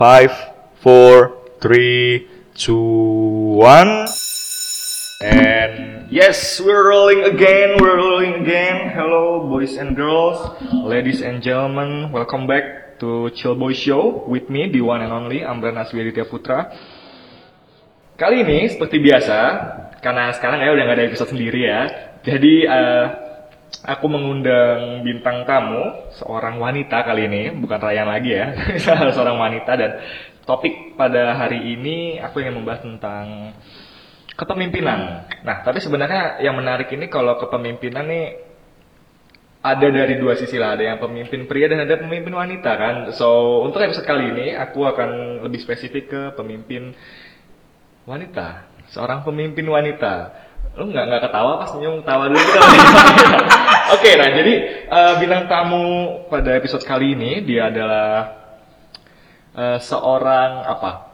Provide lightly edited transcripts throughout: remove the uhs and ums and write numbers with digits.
5, 4, 3, 2, 1. And yes, we're rolling again. Hello boys and girls, ladies and gentlemen, welcome back to Chill Boy Show with me, the one and only Amran Aswiyaditya Putra. Kali ini seperti biasa, karena sekarang udah gak ada episode sendiri ya. Jadi aku mengundang bintang tamu, seorang wanita kali ini, bukan Ryan lagi ya. Seorang wanita, dan topik pada hari ini aku ingin membahas tentang kepemimpinan. Nah, tapi sebenarnya yang menarik ini kalau kepemimpinan nih ada dari dua sisi lah, ada yang pemimpin pria dan ada pemimpin wanita kan. So, untuk episode kali ini aku akan lebih spesifik ke pemimpin wanita, seorang pemimpin wanita. Lu nggak ketawa pas senyum, tawa dulu kita. Oke, nah jadi bintang tamu pada episode kali ini dia adalah seorang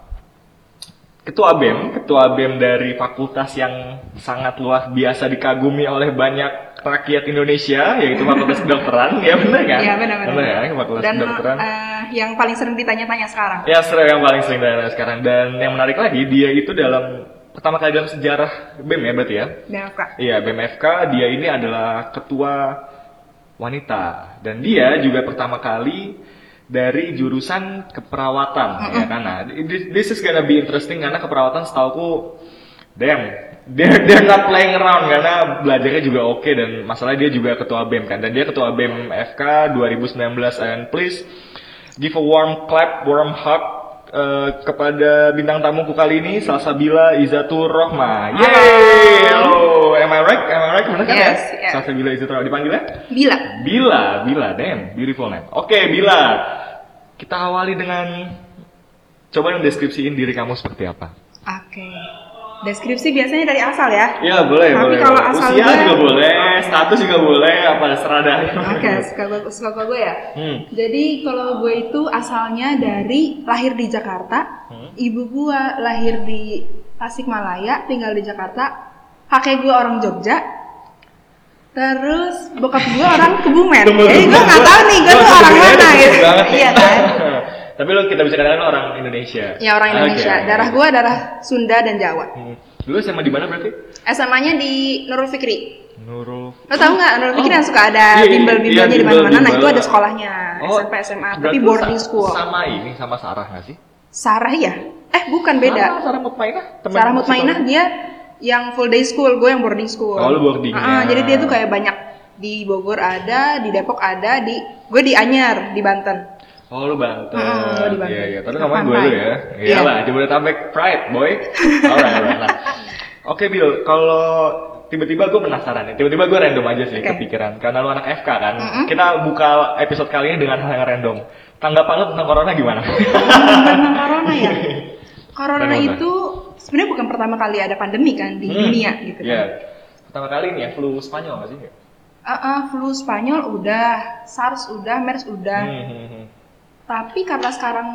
ketua BEM dari fakultas yang sangat luar biasa dikagumi oleh banyak rakyat Indonesia, yaitu Fakultas Kedokteran. Ya benar kan? Iya benar. Ya, Fakultas Kedokteran. Yang paling sering ditanya-tanya sekarang. Ya, yang paling sering ditanya sekarang. Dan yang menarik lagi, dia itu pertama kali dalam sejarah BEM ya berarti ya? BMFK. Iya, BMFK, dia ini adalah ketua wanita. Dan dia juga pertama kali dari jurusan keperawatan, ya kan? Nah, this is gonna be interesting karena keperawatan setauku, they're not playing around karena belajarnya juga oke, dan masalahnya dia juga ketua BEM kan, dan dia ketua BEM FK 2019, and please give a warm clap, warm hug kepada bintang tamuku kali ini, Salsabila Izzatur Rohma. Yeay! Hello, am I right? Benar kan ya? Yes. Salsabila Izzatur Rohma, dipanggilnya? Bila, damn, beautiful name. Oke, Bila, kita awali dengan coba deskripsiin diri kamu seperti apa. Oke. Deskripsi biasanya dari asal ya? Iya, boleh. Tapi kalau asal usia juga boleh, status juga boleh, apa serada. Oke, suka gue ya. Jadi kalau gue itu asalnya dari lahir di Jakarta. Ibu gue lahir di Tasikmalaya, tinggal di Jakarta. Kakek gue orang Jogja. Terus bokap gue orang Kebumen. Jadi gue nggak tahu nih gue tuh orang mana gitu. Iya kan? Tapi kita bisa katakan orang Indonesia. Ya, orang Indonesia. Okay. Darah gue darah Sunda dan Jawa. Dulu SMA di mana berarti? SMA-nya di Nurul Fikri. Lo tau nggak Nurul Fikri yang suka ada bimbel-bimbelnya di mana-mana? Nah, itu ada sekolahnya. SMP, SMA, tapi boarding school. Sama Sarah nggak sih? Sarah ya? Bukan, beda. Sarah Mutmainah. Sarah Mutmainah dia yang full day school, gue yang boarding school. Oh, lu boarding. Jadi dia tuh kayak banyak di Bogor ada, di Depok ada, gue di Anyer, di Banten. Oh, lu Banten. Gue di Banten. Iya. Tapi ngomongin gue dulu ya. Iyalah, Jabodetabek pride, boy. Alright. Nah, oke, Bill, kalau tiba-tiba gue penasaran nih. Tiba-tiba gue random aja sih kepikiran. Karena lu anak FK kan. Kita buka episode kali ini dengan hal yang random. Tanggapan lu tentang corona gimana? Tentang corona ya? Corona itu sebenarnya bukan pertama kali ada pandemi kan di dunia gitu kan. Iya. Pertama kali nih ya, flu Spanyol nggak sih? Flu Spanyol udah, SARS udah, MERS udah. Tapi karena sekarang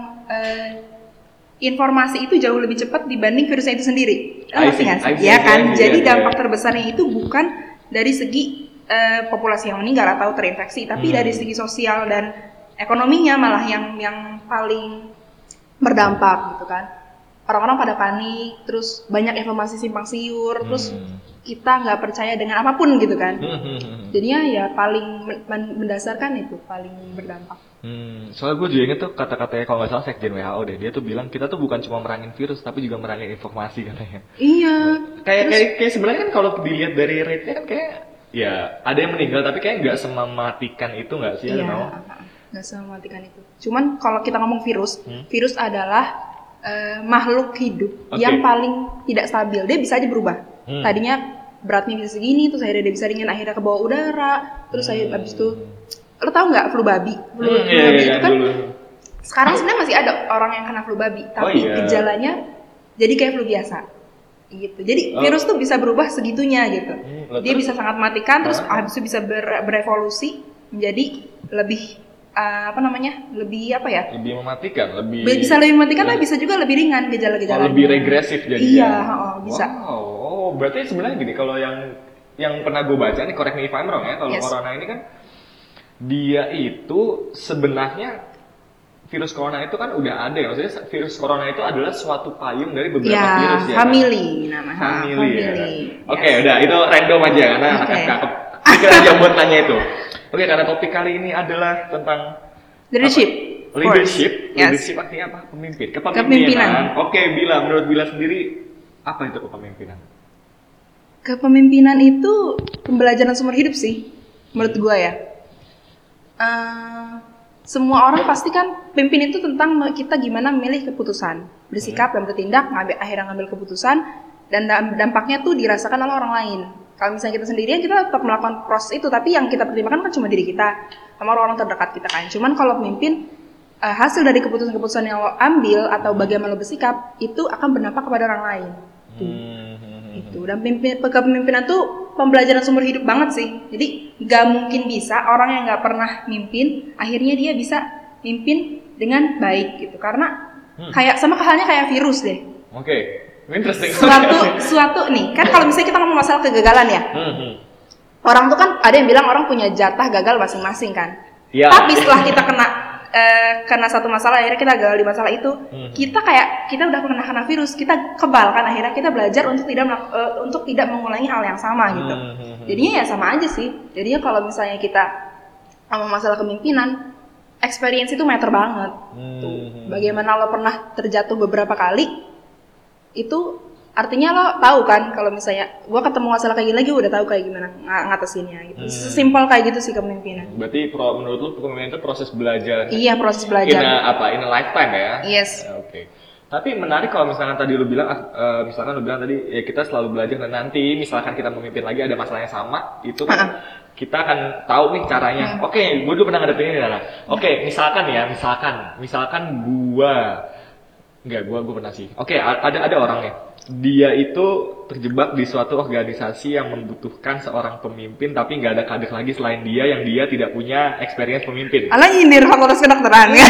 informasi itu jauh lebih cepat dibanding virusnya itu sendiri. Ngerti nggak sih? Ya kan. Jadi dampak terbesarnya itu bukan dari segi populasi yang meninggal atau terinfeksi, tapi dari segi sosial dan ekonominya malah yang paling berdampak gitu kan. Orang-orang pada panik, terus banyak informasi simpang siur, terus kita nggak percaya dengan apapun gitu kan. Jadinya ya paling mendasarkan itu paling berdampak. Soalnya gue juga inget tuh kata-katanya kalau nggak salah Sekjen WHO deh, dia tuh bilang kita tuh bukan cuma merangin virus tapi juga merangin informasi katanya. Iya. Kayak sebenarnya kan kalau dilihat dari rate-nya kan kayak ya ada yang meninggal tapi kayak nggak semematikan itu nggak sih? Iya. Nggak semematikan itu. Cuman kalau kita ngomong virus, virus adalah makhluk hidup yang paling tidak stabil. Dia bisa aja berubah. Tadinya beratnya bisa segini, terus akhirnya dia bisa ringan, akhirnya ke bawah udara, terus habis itu lo tau nggak flu babi? Flu babi itu kan dulu. Sekarang sebenarnya masih ada orang yang kena flu babi, tapi gejalanya jadi kayak flu biasa. Gitu. Jadi virus tuh bisa berubah segitunya gitu. Dia bisa sangat matikan, terus habis itu bisa berevolusi menjadi lebih lebih mematikan, bisa lebih mematikan, tapi bisa juga lebih ringan gejala-gejalanya. Lebih regresif jadi. Iya, bisa. Wow, berarti sebenarnya gini, kalau yang pernah gue baca nih, correct me if I'm wrong ya, kalau corona ini kan dia itu sebenarnya virus corona itu kan udah ada ya, maksudnya virus corona itu adalah suatu payung dari beberapa Ya, virus ya. family namanya. Family ya. Yes. Oke, udah itu random aja karena anak Oke. FK pikir aja buat tanya itu. Oke, karena topik kali ini adalah tentang Leadership. Leadership. Yes. Leadership artinya apa? Pemimpin. Kepemimpinan. Oke, menurut Bila sendiri apa itu kepemimpinan? Kepemimpinan itu pembelajaran seumur hidup sih, menurut gua ya. Semua orang pasti kan pimpin itu tentang kita gimana memilih keputusan, bersikap dan bertindak, akhirnya ngambil keputusan dan dampaknya tuh dirasakan oleh orang lain. Kalau misalnya kita sendirian, kita tetap melakukan proses itu, tapi yang kita pertimbangkan kan cuma diri kita sama orang-orang terdekat kita kan. Cuman kalau pemimpin, hasil dari keputusan-keputusan yang lo ambil atau bagaimana lo bersikap itu akan berdampak kepada orang lain. Itu. Dan kepemimpinan tuh pembelajaran seumur hidup banget sih. Jadi gak mungkin bisa orang yang gak pernah mimpin akhirnya dia bisa mimpin dengan baik gitu. Karena kayak sama halnya kayak virus deh. Oke, interesting. Suatu nih kan kalau misalnya kita ngomong masalah kegagalan ya. Orang tuh kan ada yang bilang orang punya jatah gagal masing-masing kan. Ya. Tapi setelah kita kena satu masalah, akhirnya kita gagal di masalah itu, kita udah pernah kena virus, kita kebal kan, akhirnya kita belajar untuk tidak mengulangi hal yang sama gitu. Jadinya ya sama aja sih. Jadinya kalau misalnya kita ngomong masalah kepemimpinan, experience itu matter banget. Tuh. Bagaimana lo pernah terjatuh beberapa kali, itu artinya lo tahu kan kalau misalnya gue ketemu masalah kayak gini lagi, udah tahu kayak gimana ngatasinnya gitu. Sesimpel kayak gitu sih kepemimpinan. Berarti menurut lu kepemimpinan itu proses belajar. Iya, proses belajar. In a lifetime ya. Yes. Oke. Tapi menarik kalau misalkan tadi lu bilang misalkan lu bilang tadi ya kita selalu belajar dan nanti misalkan kita memimpin lagi ada masalah yang sama, itu kan kita akan tahu nih caranya. Oke, gue dulu pernah ngadepin ini Nana. Oke, misalkan gua pernah sih. Oke, ada orangnya. Dia itu terjebak di suatu organisasi yang membutuhkan seorang pemimpin tapi nggak ada kader lagi selain dia yang dia tidak punya experience pemimpin. Alah nyindir fakultas kedokteran ya?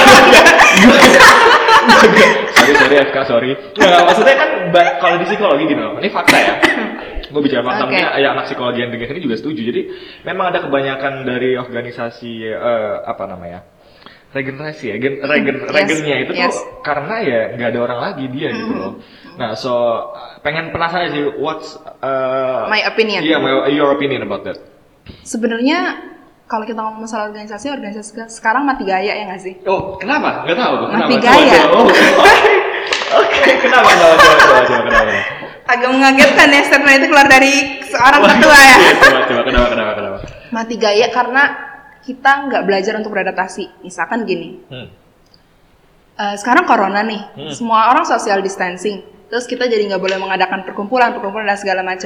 Sorry FK, sorry. Nggak, maksudnya kan kalau di psikologi gitu loh, ini fakta ya. Gue bicara fakta, mungkin ya anak psikologi yang dengar ini juga setuju. Jadi memang ada kebanyakan dari organisasi regenerasi ya, regennya itu tuh karena ya nggak ada orang lagi dia gitu loh. Nah, penasaran sih, what's my opinion? Yeah, your opinion about that? Sebenarnya kalau kita ngomong masalah organisasi sekarang mati gaya ya nggak sih? Oh, kenapa? Nggak tahu. Mati gaya. Oke, kenapa? Kenapa? Agak mengagetkan ya statement itu keluar dari seorang ketua ya. Coba, kenapa? Mati gaya karena kita nggak belajar untuk beradaptasi. Misalkan gini, sekarang corona nih, semua orang social distancing, terus kita jadi nggak boleh mengadakan perkumpulan dan segala macam.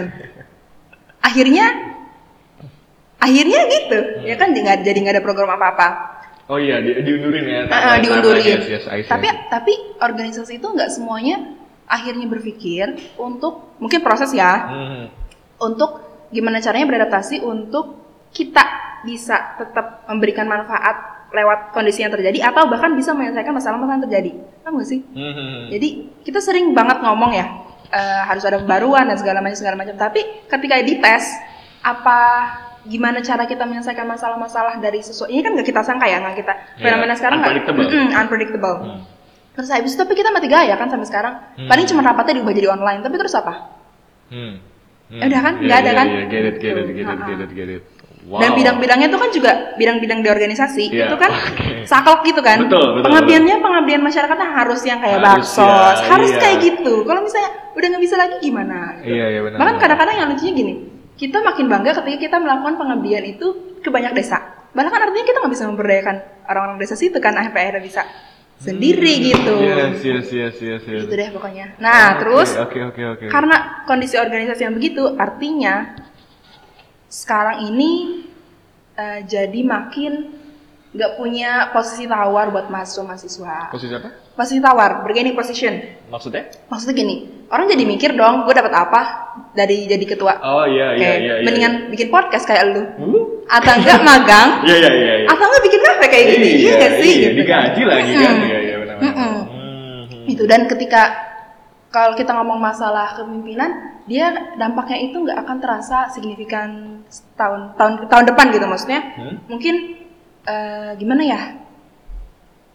Akhirnya gitu, ya kan jadi nggak ada program apa-apa. Oh iya, diundurin ya. Diundurin. Yes, tapi organisasi itu nggak semuanya akhirnya berpikir untuk mungkin proses ya, untuk gimana caranya beradaptasi untuk kita bisa tetap memberikan manfaat lewat kondisi yang terjadi atau bahkan bisa menyelesaikan masalah-masalah yang terjadi. Paham gak sih? Jadi kita sering banget ngomong ya, harus ada pembaruan dan segala macam. Tapi ketika dites, gimana cara kita menyelesaikan masalah-masalah dari sesuatu ini kan nggak kita sangka ya, nggak kita fenomena sekarang unpredictable. Terus habis itu tapi kita mati gaya kan sampai sekarang. Paling cuma rapatnya diubah jadi online, tapi terus apa? Udah kan? Nggak ada kan? Get it. Wow. Dan bidang-bidangnya itu kan juga bidang-bidang di organisasi, itu kan saklek gitu kan. Betul. Pengabdian masyarakatnya harus yang kayak baksos, harus kayak gitu. Kalau misalnya udah nggak bisa lagi gimana? Iya benar. Bahkan kadang-kadang yang lucunya gini, kita makin bangga ketika kita melakukan pengabdian itu ke banyak desa. Bahkan artinya kita nggak bisa memberdayakan orang-orang desa situ kan, akhirnya bisa sendiri gitu. Yes. Gitu deh pokoknya. Nah terus, Oke. karena kondisi organisasi yang begitu, artinya sekarang ini jadi makin nggak punya posisi tawar buat mahasiswa. Posisi apa? Posisi tawar, bargaining position. Maksudnya gini, orang jadi mikir dong, gue dapat apa dari jadi ketua? Oh iya. Mendingan bikin podcast kayak lu, atau enggak magang? Iya. Atau enggak bikin kafe kayak gini? Iya nggak sih? Iya, digaji lagi kan? Iya benar. Itu dan ketika kalau kita ngomong masalah kepemimpinan, dia dampaknya itu nggak akan terasa signifikan tahun depan gitu maksudnya. Mungkin gimana ya?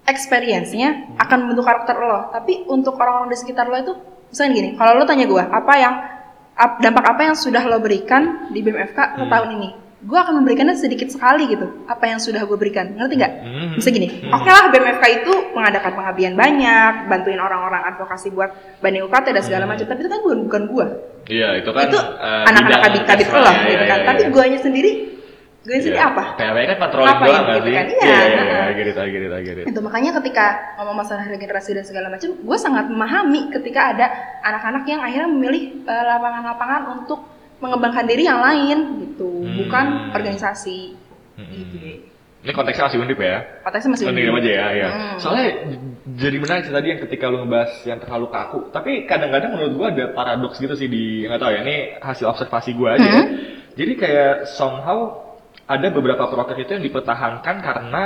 experience-nya akan membentuk karakter lo. Tapi untuk orang-orang di sekitar lo itu, misalnya gini, kalau lo tanya gue, dampak apa yang sudah lo berikan di BMFK ke tahun ini? Gue akan memberikannya sedikit sekali gitu, apa yang sudah gue berikan, ngerti nggak? Bisa gini, oke lah BMFK itu mengadakan pengabdian banyak, bantuin orang-orang advokasi buat Banding UKT dan segala macam, tapi itu kan bukan gue. Iya, itu kan itu anak-anak kabit-kabit lo, gitu kan. Tapi guanya sendiri apa? PAW kan patroli doang gitu sih. kan? Iya. Itu makanya ketika ngomong masalah regenerasi dan segala macam, gue sangat memahami ketika ada anak-anak yang akhirnya memilih lapangan-lapangan untuk mengembangkan diri yang lain gitu, bukan organisasi. Gitu. Ini konteksnya masih undip ya? Konteksnya masih undip aja ya. Soalnya jadi menarik sih tadi yang ketika lu ngebahas yang terlalu kaku. Tapi kadang-kadang menurut gua ada paradoks gitu sih di, nggak tahu ya, ini hasil observasi gua aja ya. Jadi kayak somehow ada beberapa proker itu yang dipertahankan karena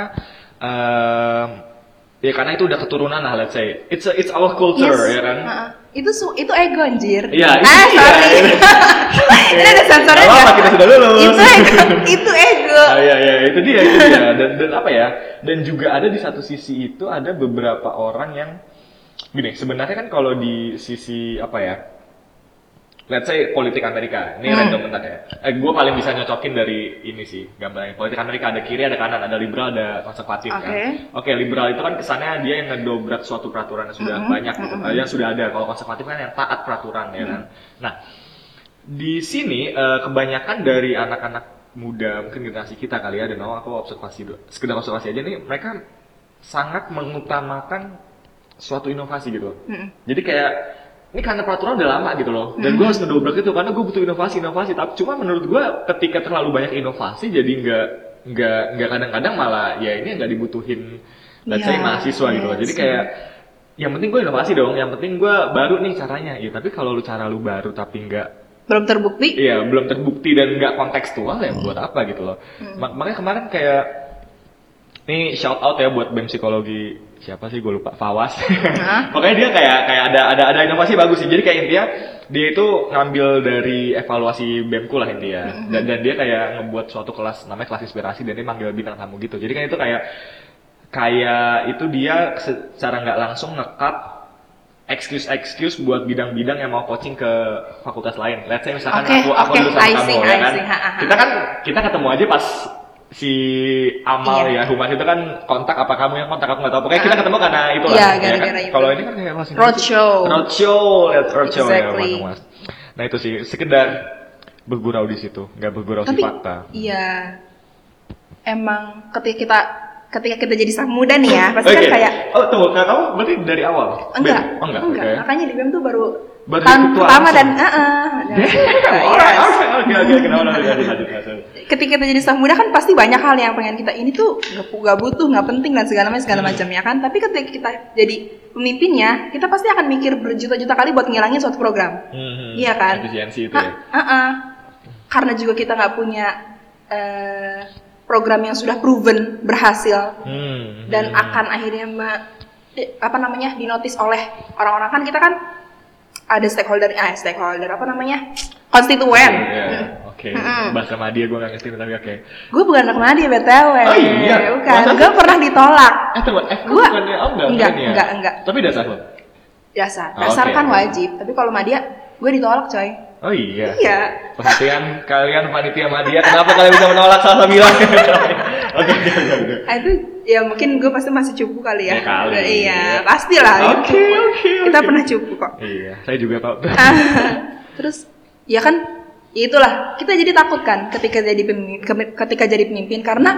ya karena itu udah keturunan lah, let's say. It's our culture, ya kan? Itu ego anjir. Iya, sorry. Ini ada sensornya enggak? Kita sudah lulus. Itu ego. Iya, itu dia. Dan apa ya? Dan juga ada di satu sisi itu ada beberapa orang yang gini, sebenarnya kan kalau di sisi apa ya? Let's say politik Amerika, ini random bentar ya. Gue paling bisa nyocokin dari ini sih, gambarnya. Politik Amerika ada kiri, ada kanan, ada liberal, ada konservatif kan. Oke, liberal itu kan kesannya dia yang ngedobrak suatu peraturan yang sudah banyak gitu, yang sudah ada. Kalau konservatif kan yang taat peraturan ya kan. Nah, di sini kebanyakan dari anak-anak muda, mungkin generasi kita kali ya, dan aku sekedar observasi aja nih, mereka sangat mengutamakan suatu inovasi gitu. Jadi kayak ini karena peraturan udah lama gitu loh, dan gue harus ngedobrak itu karena gue butuh inovasi. Tapi cuma menurut gue ketika terlalu banyak inovasi jadi nggak kadang-kadang malah ya ini nggak dibutuhin, let's say mahasiswa gitu loh. Jadi kayak yang penting gue inovasi dong, yang penting gue baru nih caranya. Ya tapi kalau cara lu baru tapi belum terbukti. Iya, belum terbukti dan nggak kontekstual ya buat apa gitu loh. Makanya kemarin kayak ini shout out ya buat BEM psikologi, siapa sih gue lupa, Fawas. Pokoknya dia kayak ada inovasi bagus sih. Jadi kayak intinya dia itu ngambil dari evaluasi BEMku lah intinya. Dan dia kayak ngebuat suatu kelas namanya kelas inspirasi dan dia manggil bintang tamu gitu. Jadi kan itu kayak itu dia secara nggak langsung nge-cut excuse buat bidang-bidang yang mau coaching ke fakultas lain. Let's say misalkan aku dulu sama kamu ya kan. Kita ketemu aja pas si Amal ya Humas itu kan kontak, apa kamu yang kontak, aku nggak tahu, pokoknya kita ketemu karena itu lah ya kan? Kalau ini kan kayak masih roadshow ya Mas. Nah itu sih sekedar bergurau di situ, nggak bergurau di fakta. Iya, emang ketika kita jadi sang muda nih ya pasti kan kayak tunggu, kamu berarti dari awal? Enggak. Okay. Makanya di BEM tuh baru tahun pertama dan ketika kita jadi staff muda kan pasti banyak hal yang pengen kita ini tuh nggak butuh, nggak penting dan segala macam ya kan. Tapi ketika kita jadi pemimpinnya, kita pasti akan mikir berjuta-juta kali buat ngilangin suatu program. Iya kan? Efisiensi itu ya. Karena juga kita nggak punya program yang sudah proven berhasil dan akan akhirnya dinotis oleh orang-orang. Kan kita kan ada stakeholder apa namanya, konstituen. Oke. Bahasa Madia gue nggak ngerti tapi oke. Gue bukan anak Madia BTW. Oh iya. Bukan. Gue pernah ditolak. Tunggu. Gue enggak. Tapi dasar lo? Dasar kan wajib. Tapi kalau Madia, gue ditolak coy. Oh iya. Iya. Perhatian kalian panitia Madia, kenapa kalian bisa menolak salah bilang? Oke. Itu ya mungkin gue pasti masih cupu kali ya. Iya, Iya. pastilah. Oke. Kita pernah cupu kok. Iya, saya juga kok. Terus ya kan, itulah kita jadi takut kan ketika jadi pemimpin karena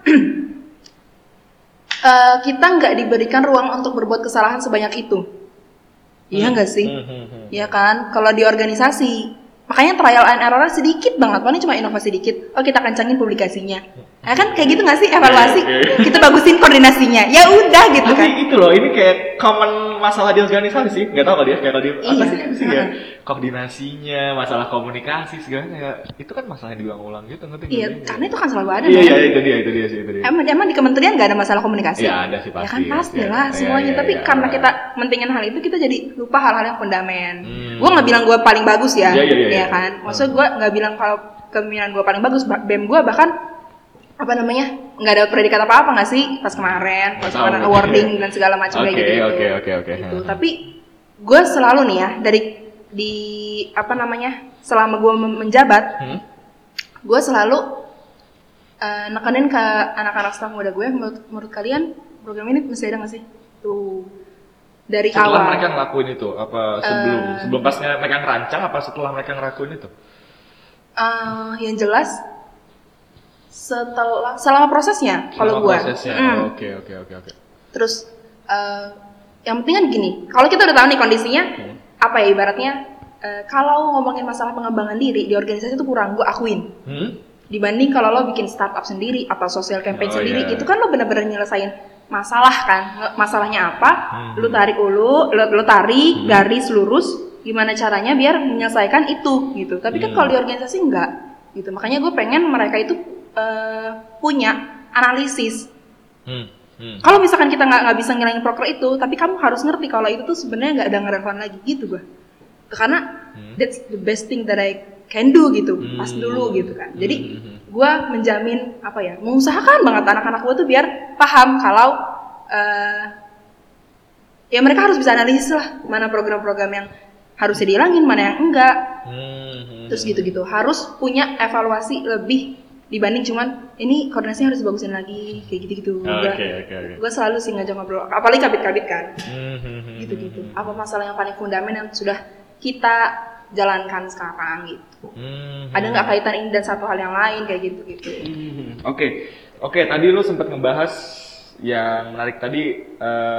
kita nggak diberikan ruang untuk berbuat kesalahan sebanyak itu. Iya nggak sih? Iya kan? Kalau di organisasi, makanya trial and error sedikit banget, paling cuma inovasi dikit. Oh kita kencangin publikasinya. Ya kan kayak gitu nggak sih evaluasi? Kita bagusin koordinasinya. Ya udah gitu kan. Tapi itu loh, ini kayak common masalah di organisasi sih. Nggak tahu kalau dia kayak apa sih ya? Koordinasinya, masalah komunikasi segala kayak itu kan masalah yang diulang-ulang gitu, ngerti? Iya, karena itu kan selalu ada. Iya, itu dia sih. Emang di kementerian nggak ada masalah komunikasi? Iya ada sih pasti. Ya kan pastilah semuanya. Tapi karena kita mentingin hal itu, kita jadi lupa hal-hal yang fundament. Gue nggak bilang gue paling bagus ya, ya kan? Maksud gue nggak bilang kalau kemimpinan gue paling bagus. BEM gue bahkan apa namanya, nggak dapat predikat apa nggak sih pas kemarin, pas kemarin tahu. awarding dan segala macam kayak gitu. Oke. Gitu. Tapi gue selalu nih ya di apa namanya, selama gue menjabat, gue selalu nekenin ke anak-anak staf muda gue, menurut kalian program ini masih ada nggak sih? Tuh dari setelah awal. mereka ngelakuin itu apa sebelum pas mereka ngerancang apa setelah mereka ngelakuin itu? Yang jelas selama prosesnya kalau gue. Oke. Terus yang penting kan gini, kalau kita udah tahu nih kondisinya apa ya ibaratnya, kalau ngomongin masalah pengembangan diri di organisasi itu kurang, gue akuin. Dibanding kalau lo bikin startup sendiri atau social campaign sendiri, itu kan lo bener-bener nyelesain masalah kan, masalahnya apa, lo tarik lo tarik garis lurus, gimana caranya biar menyelesaikan itu gitu. Tapi kan kalau di organisasi enggak gitu, makanya gue pengen mereka itu punya analisis. Kalau misalkan kita nggak bisa ngilangin proker itu, tapi kamu harus ngerti kalau itu tuh sebenarnya nggak ada relevan lagi gitu gue. Karena that's the best thing that I can do gitu, pas dulu gitu kan. Jadi gue menjamin apa ya, mengusahakan banget anak-anak gue tuh biar paham kalau ya mereka harus bisa analisis lah mana program-program yang harus dihilangin, mana yang enggak. Terus gitu-gitu, harus punya evaluasi lebih dibanding cuman ini koordinasinya harus bagusin lagi kayak gitu-gitu. Gue selalu sih ngajak ngobrol, apalagi kabit-kabit kan. Gitu-gitu. Apa masalah yang paling fundamental yang sudah kita jalankan sekarang gitu. Ada nggak kaitan ini dan satu hal yang lain kayak gitu-gitu. Oke. Tadi lu sempat ngebahas yang menarik tadi,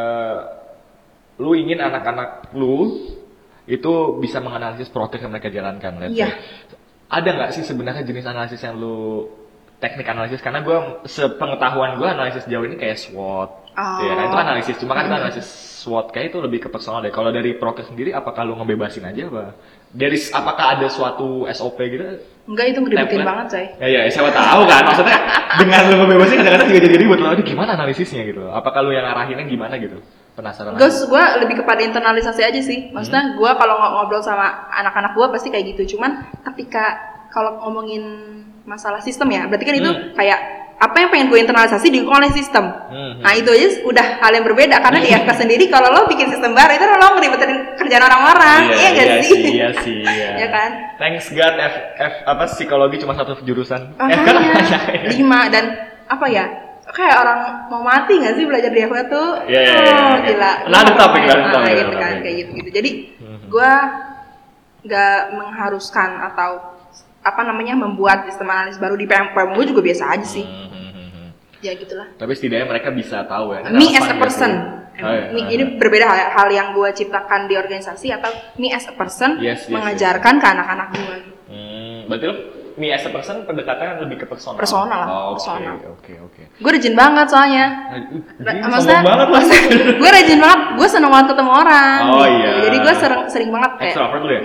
lu ingin anak-anak lu itu bisa menganalisis proyek yang mereka jalankan. Iya. Ada nggak sih sebenarnya jenis analisis yang lu teknik analisis? Karena gue sepengetahuan gue analisis jauh ini kayak SWOT. Ya kan itu analisis, cuma kan itu analisis SWOT kayak itu lebih ke personal deh. Kalau dari proyek sendiri apakah lu ngebebasin aja apa? Apakah ada suatu SOP gitu? Enggak, itu ngeribetin banget coy. Ya siapa tahu kan, maksudnya dengan lu ngebebasin kadang-kadang juga jadi ribet loh. Gimana analisisnya gitu? Apakah lu yang arahinnya gimana gitu? Penasaran. Gue lebih kepada internalisasi aja sih. Maksudnya gue kalau ngobrol sama anak-anak gue pasti kayak gitu. Cuman ketika kalau ngomongin masalah sistem ya, berarti kan itu kayak apa yang pengen gue internalisasi didukung oleh sistem. Nah itu aja udah hal yang berbeda karena di FK sendiri kalau lo bikin sistem baru itu lo ngeribetin kerjaan orang-orang, iya gak sih? Iya sih. Ya kan? Thanks God psikologi cuma satu jurusan. Kan 5 dan apa ya? Kayak orang mau mati nggak sih belajar di FK tuh? Gila. Lalu topik. Gitu kan, kayak gitu. Jadi gue nggak mengharuskan atau apa namanya membuat sistem analis baru di PM gue juga biasa aja sih. Ya gitulah. Tapi setidaknya mereka bisa tahu ya. Me as a person. Ini berbeda hal yang gue ciptakan di organisasi atau me as a person mengajarkan ke anak-anak gue. Berarti lo me as a person pendekatannya lebih ke personal. Personal lah. Oke. Gue rajin banget soalnya. Maksudnya banget lah. Gue rajin banget. Gue seneng banget ketemu orang. Iya. Jadi gue sering banget kayak. Extrovert lu ya?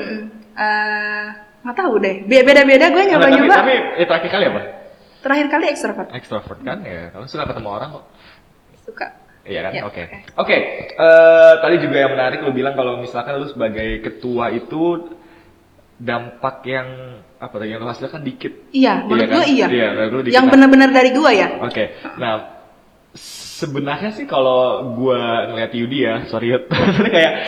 Nggak tahu deh. Beda-beda gue nyoba-nyoba. Tapi terakhir kali apa? Terakhir kali extrovert. Extrovert kan ya. Kalau suka ketemu orang kok. Suka. Iya kan? Oke. Tadi juga yang menarik lu bilang kalau misalkan lu sebagai ketua itu dampak yang apa tadi yang lu hasilkan dikit. Iya, menurut gue iya. Iya, dikit. Yang benar-benar dari gue ya. Oke. Nah, sebenarnya sih kalau gue ngeliat Yudi ya, sorry Yud, kayak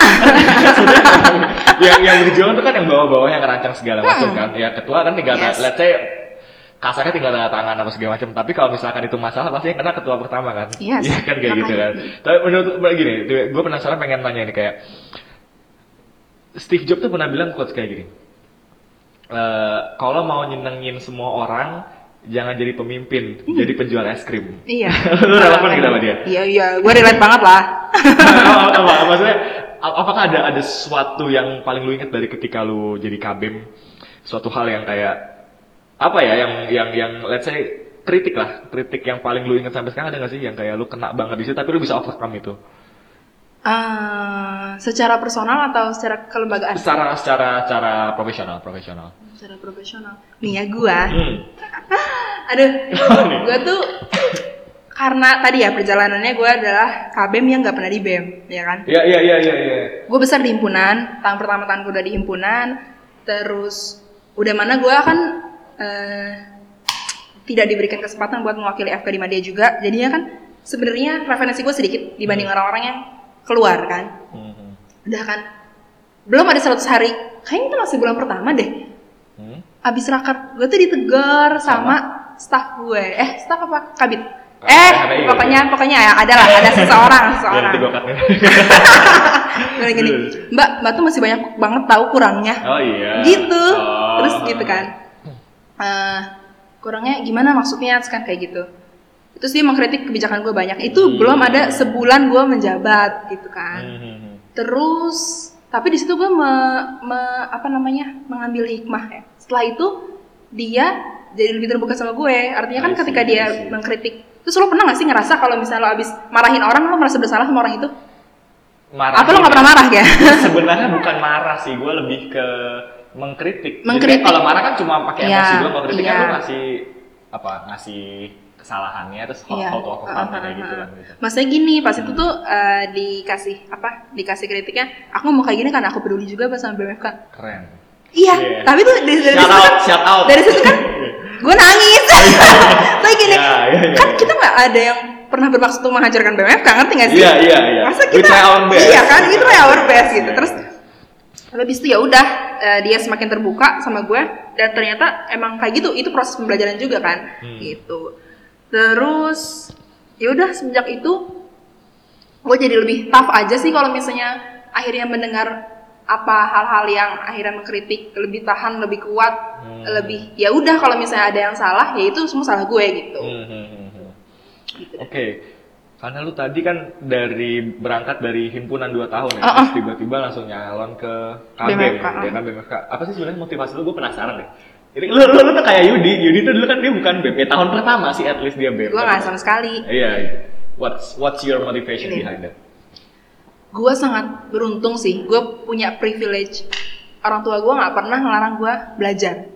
yang berjuang tuh kan yang bawah-bawah yang ngerancang segala macam kan. Ya ketua kan tinggal let's say kasarnya tinggal tanda tangan apa segala macam. Tapi kalau misalkan itu masalah pasti yang kena ketua pertama kan. Iya kan kayak gitu kan. Tapi menurut gini, gue penasaran pengen nanya ini kayak Steve Jobs tuh pernah bilang quotes kayak gini. Kalau mau nyenengin semua orang, jangan jadi pemimpin, jadi penjual es krim. Iya. Lu relevan gitu sama dia? Iya, gue relate banget lah. Maksudnya, apakah ada sesuatu yang paling lu ingat dari ketika lu jadi kabem, suatu hal yang kayak apa ya, yang let's say kritik yang paling lu ingat sampai sekarang ada nggak sih yang kayak lu kena banget di situ, tapi lu bisa overcome itu? Secara personal atau secara kelembagaan? Secara profesional. Secara profesional. Nih ya gue. Aduh, gue tuh karena tadi ya perjalanannya gue adalah KBM yang nggak pernah di BEM, ya kan? Iya. Gue besar di himpunan. Tahun pertama gue udah di himpunan. Terus udah mana gue kan tidak diberikan kesempatan buat mewakili FK di Madya juga. Jadinya kan sebenarnya referensi gue sedikit dibanding orang-orang yang keluar kan. Udah kan, belum ada 100 hari, kayaknya itu masih bulan pertama deh. Abis rakat, gue tuh ditegur sama staff gue. Staff apa? Kabit. Pokoknya ya ada seseorang. Gini, Mbak tuh masih banyak banget tahu kurangnya. Oh iya. Gitu. Terus gitu kan. Kurangnya gimana maksudnya kan kayak gitu. Terus dia mengkritik kebijakan gue banyak. Itu belum ada sebulan gue menjabat gitu kan. Terus tapi di situ gue mengambil hikmah ya. Setelah itu dia jadi lebih terbuka sama gue. Artinya kan ketika dia mengkritik, terus lo pernah gak sih ngerasa kalau misalnya lo abis marahin orang, lo merasa bersalah sama orang itu? Marah. Apa lo gak pernah marah ya? Sebenarnya bukan marah sih, gue lebih ke mengkritik. Jadi kalau marah kan cuma pakai emosi doang, kalau kritik kan lo ngasih kesalahannya, terus how to overcome kayak gitu kan. Maksudnya gini, pas itu tuh dikasih kritiknya, aku ngomong kayak gini karena aku peduli juga pas sama BMFK. Keren. Iya, tapi tuh dari situ kan gue nangis. Kayak gini, kan kita nggak ada yang pernah bermaksud untuk menghancurkan BMFK, ngerti nggak sih? Iya. Masa kita, iya kan, itu our best gitu. Terus habis itu ya udah, dia semakin terbuka sama gue dan ternyata emang kayak gitu, itu proses pembelajaran juga kan, gitu. Terus ya udah semenjak itu gue jadi lebih tough aja sih kalau misalnya akhirnya mendengar hal-hal yang akhirnya mengkritik, lebih tahan, lebih kuat, lebih ya udah kalau misalnya ada yang salah ya itu semua salah gue gitu. Gitu. Oke. Karena lu tadi kan berangkat dari himpunan 2 tahun ya, terus tiba-tiba langsung nyalon ke KB, BMFK. Apa sih sebenarnya motivasi lu? Gue penasaran deh. Jadi lu tuh kayak Yudi tuh dulu kan dia bukan BP tahun pertama sih, at least dia BP. Gue nggak sama sekali. Iya. What's your motivation behind that? Gue sangat beruntung sih, gue punya privilege. Orang tua gue nggak pernah ngelarang gue belajar,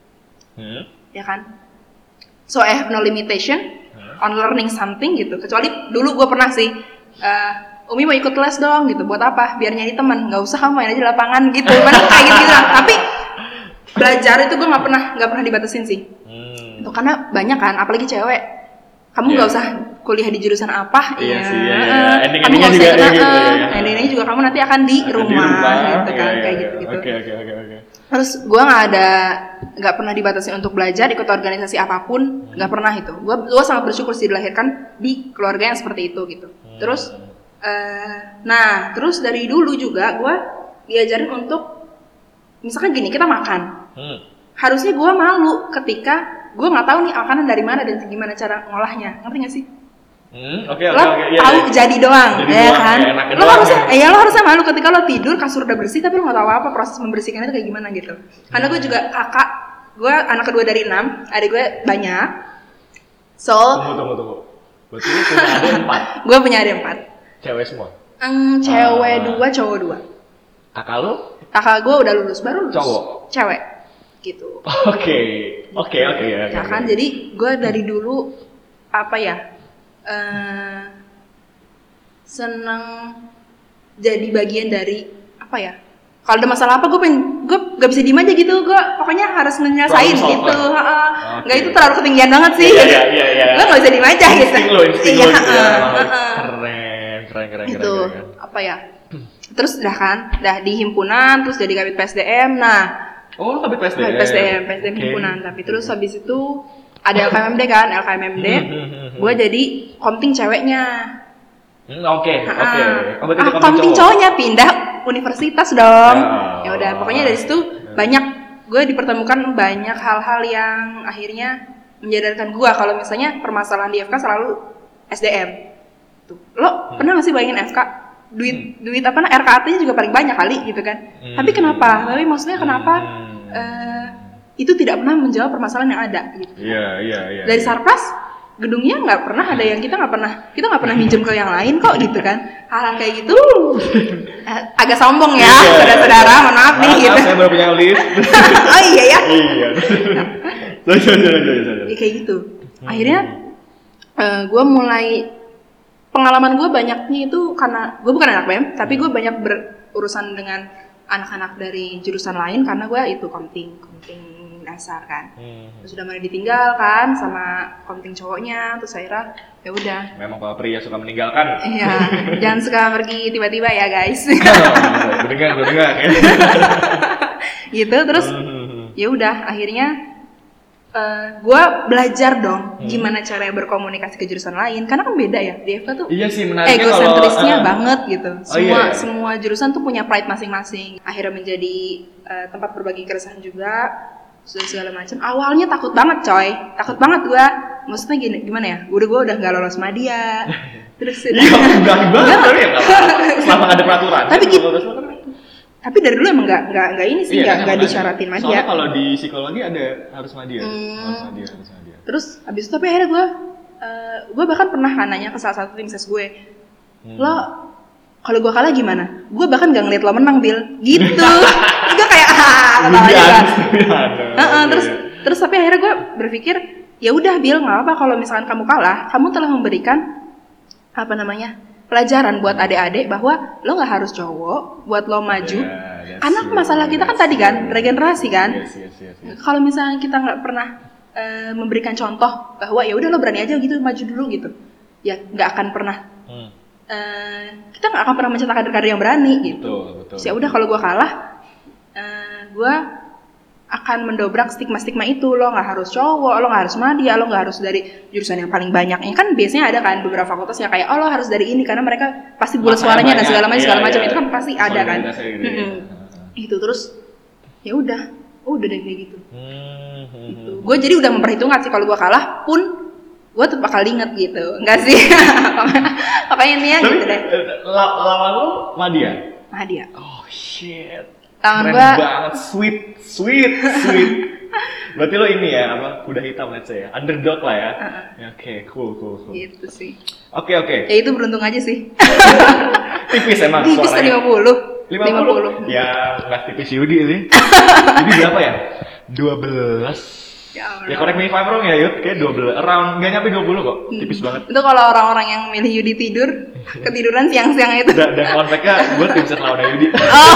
ya kan? So I have no limitation on learning something gitu. Kecuali dulu gue pernah sih, Umi mau ikut les dong gitu. Buat apa? Biar nyari teman. Nggak usah kamu main aja di lapangan gitu. Mana kayak gitu. Tapi belajar itu gue nggak pernah dibatasin sih. Itu karena banyak kan, apalagi cewek. Kamu nggak usah kuliah di jurusan apa, kamu nggak usah endingnya juga kamu nanti akan di rumah gitu kan, kayak gitu. Oke. Terus gue nggak pernah dibatasi untuk belajar, ikut organisasi apapun, nggak pernah itu. Gue sangat bersyukur sih dilahirkan di keluarga yang seperti itu gitu. Terus, terus dari dulu juga gue diajarin untuk, misalkan gini, kita makan, harusnya gue malu ketika gue nggak tahu nih makanan dari mana dan gimana cara ngolahnya, ngerti nggak sih? Oke. Tahu jadi doang, ya kan? Ya, lo harusnya malu ketika lo tidur kasur udah bersih tapi lo nggak tahu apa proses membersihkannya itu kayak gimana gitu. Karena gue juga kakak, gue anak kedua dari 6, adik gue banyak. So. Tunggu. Berarti lu punya adik 4? Gue punya adik 4. Cewek semua? Cewek 2, cowok 2. Kakak lu? Kakak gue udah lulus, baru lulus. Cowok? Cewek. Gitu. Oke. Ya kan, jadi gue dari dulu seneng jadi bagian dari kalau ada masalah gue gak bisa diem aja gitu, gue pokoknya harus menyelesain gitu. Nggak itu terlalu ketinggian banget sih. Gue nggak bisa diem aja gitu. Insting keren. Itu terus udah di himpunan, terus jadi kabit PSDM. Kabit PSDM. PSDM himpunan. Tapi terus habis itu ada LKMMD kan, LKMMD. Gue jadi komting ceweknya. Oke. Komting cowoknya pindah universitas dong. Ya udah, pokoknya dari situ banyak gue dipertemukan banyak hal-hal yang akhirnya menyadarkan gue kalau misalnya permasalahan di FK selalu SDM. Tuh, lo pernah nggak sih bayangin FK? Duit RKAT-nya juga paling banyak kali gitu kan. Tapi kenapa? Itu tidak pernah menjawab permasalahan yang ada gitu. Iya. Dari Sarpras gedungnya nggak pernah ada yang kita nggak pernah minjem ke yang lain kok gitu kan. Hal-hal kayak gitu agak sombong ya, saudara-saudara, mohon maaf nih gitu. Saya baru punya lift. Oh iya ya. Iya. Ya kayak gitu. Akhirnya gue mulai pengalaman gue banyaknya itu karena gue bukan anak BEM, tapi gue banyak berurusan dengan anak-anak dari jurusan lain karena gue itu konting dasar kan. Terus udah mulai ditinggalkan sama konting cowoknya, terus akhirnya ya udah. Memang para pria suka meninggalkan. Iya, jangan suka pergi tiba-tiba ya guys. Gue dengar. Gitu terus ya udah akhirnya gue belajar dong gimana caranya berkomunikasi ke jurusan lain karena kan beda ya di FK tuh. Iya sih menariknya egosentrisnya banget gitu. iya. Semua jurusan tuh punya pride masing-masing. Akhirnya menjadi tempat berbagi keresahan juga segala macam. Awalnya takut banget coy, takut banget gue. Maksudnya gimana ya? Gue udah nggak lolos media. Terus udah banget tapi ya selama ada peraturan. Tapi dari dulu emang nggak ini sih nggak disyaratin media. Soalnya kalau di psikologi ada harus media. Harus media. Terus abis itu tapi akhirnya gue bahkan pernah nanya ke salah satu tim ses gue, lo kalau gue kalah gimana? Gue bahkan gak ngeliat lo menang Bil, gitu. Gue kayak terus tapi akhirnya gue berpikir ya udah Bil, nggak apa kalau misalkan kamu kalah, kamu telah memberikan pelajaran buat adik-adik bahwa lo nggak harus cowok buat lo maju. Anak masalah kita kan tadi kan regenerasi kan. Kalau misalnya kita nggak pernah memberikan contoh bahwa ya udah lo berani aja gitu maju dulu gitu, ya nggak akan pernah kita nggak akan pernah mencetak kader-kader yang berani gitu. Betul. Ya udah kalau gue kalah, gue akan mendobrak stigma-stigma itu. Lo nggak harus cowok, lo nggak harus media, lo nggak harus dari jurusan yang paling banyak. Ini kan biasanya ada kan beberapa fakultas yang kayak lo harus dari ini karena mereka pasti bulat suaranya dan segala macam itu kan pasti ada kan. Itu terus ya udah deh kayak gitu. Gitu. Gue jadi udah memperhitungkan sih kalau gue kalah pun gue tuh bakal inget gitu, enggak sih? Pokoknya intinya gitu deh. Lawan lo media. Oh shit. Keren banget, sweet. Berarti lo ini ya, kuda hitam let's say ya, underdog lah ya. Oke, cool. Gitu sih. Oke. Ya itu beruntung aja sih. Tipis emang tipis suaranya. 50. Ya, nggak tipis Yudi ini. Yudi berapa ya? 12. Ya correct me if I'm wrong ya Yud, kayak 12, around, nggak nyampe 20 kok, tipis banget. Itu kalau orang-orang yang milih Yudi tidur, ketiduran siang-siang itu. Dan konfliknya gue tim set lawan Yudi.